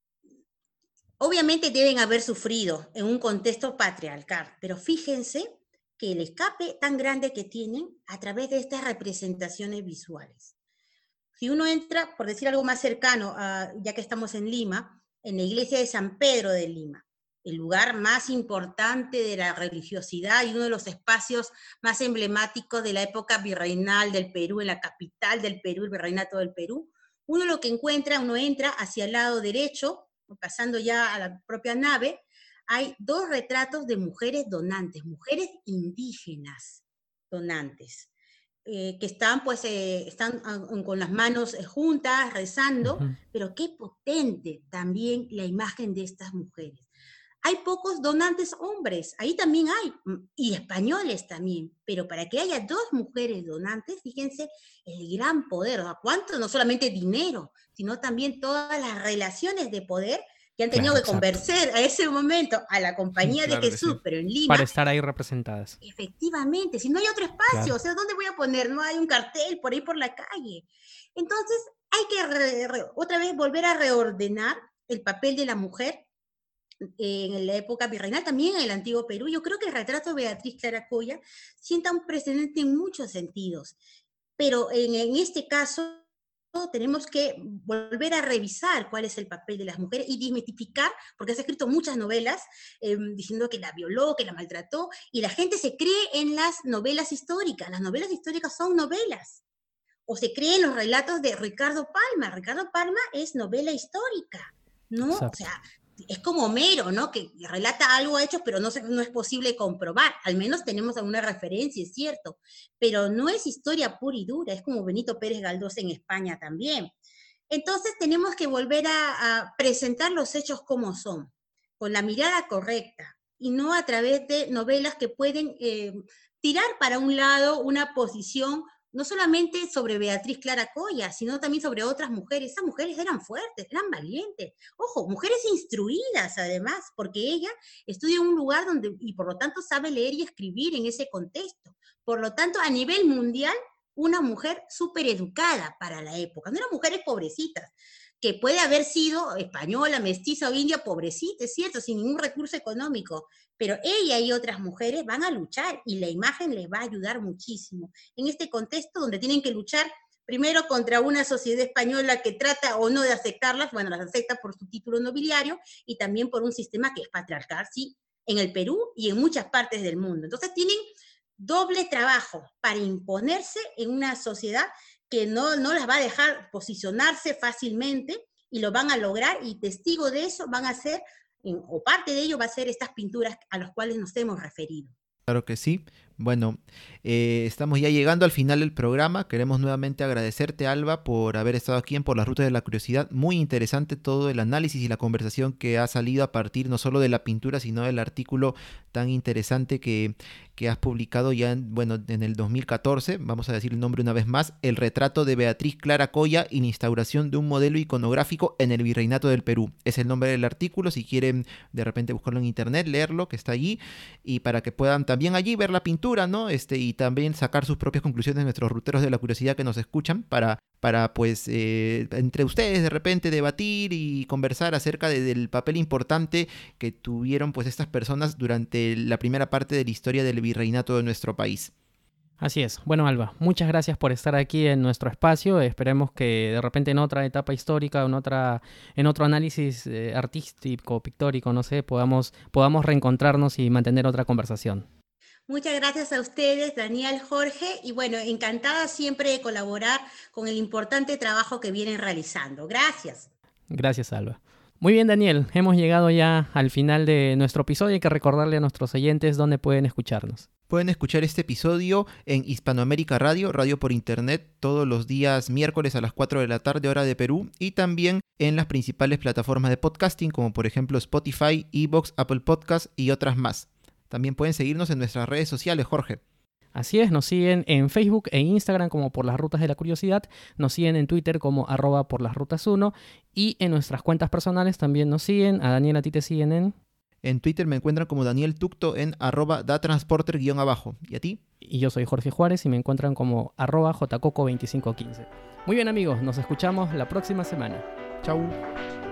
obviamente deben haber sufrido en un contexto patriarcal, pero fíjense que el escape tan grande que tienen a través de estas representaciones visuales. Si uno entra, por decir algo más cercano, a, ya que estamos en Lima, en la iglesia de San Pedro de Lima, el lugar más importante de la religiosidad y uno de los espacios más emblemáticos de la época virreinal del Perú, en la capital del Perú, el virreinato del Perú, uno lo que encuentra, uno entra hacia el lado derecho, pasando ya a la propia nave, hay dos retratos de mujeres donantes, mujeres indígenas donantes eh, que están, pues, eh, están ah, con las manos eh, juntas, rezando, Ujú. pero qué potente también la imagen de estas mujeres. Hay pocos donantes hombres, ahí también hay, mm, y españoles también, pero para que haya dos mujeres donantes, fíjense el gran poder, o sea, cuánto, no solamente dinero, sino también todas las relaciones de poder que han tenido Claro, que exacto. convencer a ese momento a la compañía de Claro que sí. Jesús, pero en Para Lima, estar ahí representadas. efectivamente, si no hay otro espacio, Claro. o sea, ¿dónde voy a poner? No hay un cartel por ahí por la calle. Entonces, hay que re, re, otra vez volver a reordenar el papel de la mujer en la época virreinal, también en el antiguo Perú. Yo creo que el retrato de Beatriz Clara Coya sienta un precedente en muchos sentidos, pero en, en este caso tenemos que volver a revisar cuál es el papel de las mujeres y desmitificar, porque has escrito muchas novelas eh, diciendo que la violó, que la maltrató, y la gente se cree en las novelas históricas. Las novelas históricas son novelas, o se cree en los relatos de Ricardo Palma. Ricardo Palma es novela histórica, ¿no? O Exacto. sea, es como Homero, ¿no? Que relata algo hecho, pero no, se, no es posible comprobar. Al menos tenemos alguna referencia, es cierto. Pero no es historia pura y dura, es como Benito Pérez Galdós en España también. Entonces tenemos que volver a, a presentar los hechos como son, con la mirada correcta, y no a través de novelas que pueden eh, tirar para un lado una posición no solamente sobre Beatriz Clara Coya, sino también sobre otras mujeres. Esas mujeres eran fuertes, eran valientes. Ojo, mujeres instruidas además, porque ella estudia en un lugar donde, y por lo tanto sabe leer y escribir en ese contexto. Por lo tanto, a nivel mundial, una mujer súper educada para la época. No eran mujeres pobrecitas, que puede haber sido española, mestiza o india, pobrecita, es cierto, sin ningún recurso económico, pero ella y otras mujeres van a luchar y la imagen les va a ayudar muchísimo en este contexto donde tienen que luchar primero contra una sociedad española que trata o no de aceptarlas, bueno, las acepta por su título nobiliario y también por un sistema que es patriarcal, sí, en el Perú y en muchas partes del mundo. Entonces tienen doble trabajo para imponerse en una sociedad que no, no las va a dejar posicionarse fácilmente y lo van a lograr, y testigo de eso van a ser, o parte de ello va a ser estas pinturas a las cuales nos hemos referido. Claro que sí. Bueno, eh, estamos ya llegando al final del programa. Queremos nuevamente agradecerte, Alba, por haber estado aquí en Por las Rutas de la Curiosidad. Muy interesante todo el análisis y la conversación que ha salido a partir no solo de la pintura, sino del artículo tan interesante que, que has publicado ya en, bueno, en el dos mil catorce. Vamos a decir el nombre una vez más: El retrato de Beatriz Clara Coya y la instauración de un modelo iconográfico en el Virreinato del Perú. Es el nombre del artículo. Si quieren de repente buscarlo en internet, leerlo, que está allí, y para que puedan también allí ver la pintura, ¿no? Este, y también sacar sus propias conclusiones, nuestros ruteros de la curiosidad que nos escuchan, para, para pues, eh, entre ustedes de repente debatir y conversar acerca de, del papel importante que tuvieron pues estas personas durante la primera parte de la historia del virreinato de nuestro país. Así es. Bueno, Alba, muchas gracias por estar aquí en nuestro espacio. Esperemos que de repente en otra etapa histórica, en otra, en otro análisis eh, artístico, pictórico, no sé, podamos, podamos reencontrarnos y mantener otra conversación. Muchas gracias a ustedes, Daniel, Jorge, y bueno, encantada siempre de colaborar con el importante trabajo que vienen realizando. Gracias. Gracias, Alba. Muy bien, Daniel, hemos llegado ya al final de nuestro episodio. Hay que recordarle a nuestros oyentes dónde pueden escucharnos. Pueden escuchar este episodio en Hispanoamérica Radio, radio por internet, todos los días miércoles a las cuatro de la tarde, hora de Perú, y también en las principales plataformas de podcasting, como por ejemplo Spotify, Evox, Apple Podcasts y otras más. También pueden seguirnos en nuestras redes sociales, Jorge. Así es, nos siguen en Facebook e Instagram como Por las Rutas de la Curiosidad, nos siguen en Twitter como arroba por las rutas uno, y en nuestras cuentas personales también nos siguen. A Daniel, a ti te siguen en... En Twitter me encuentran como Daniel Tucto en arroba datransporter guión abajo. ¿Y a ti? Y yo soy Jorge Juárez y me encuentran como arroba jcoco veinticinco quince. Muy bien, amigos, nos escuchamos la próxima semana. Chau.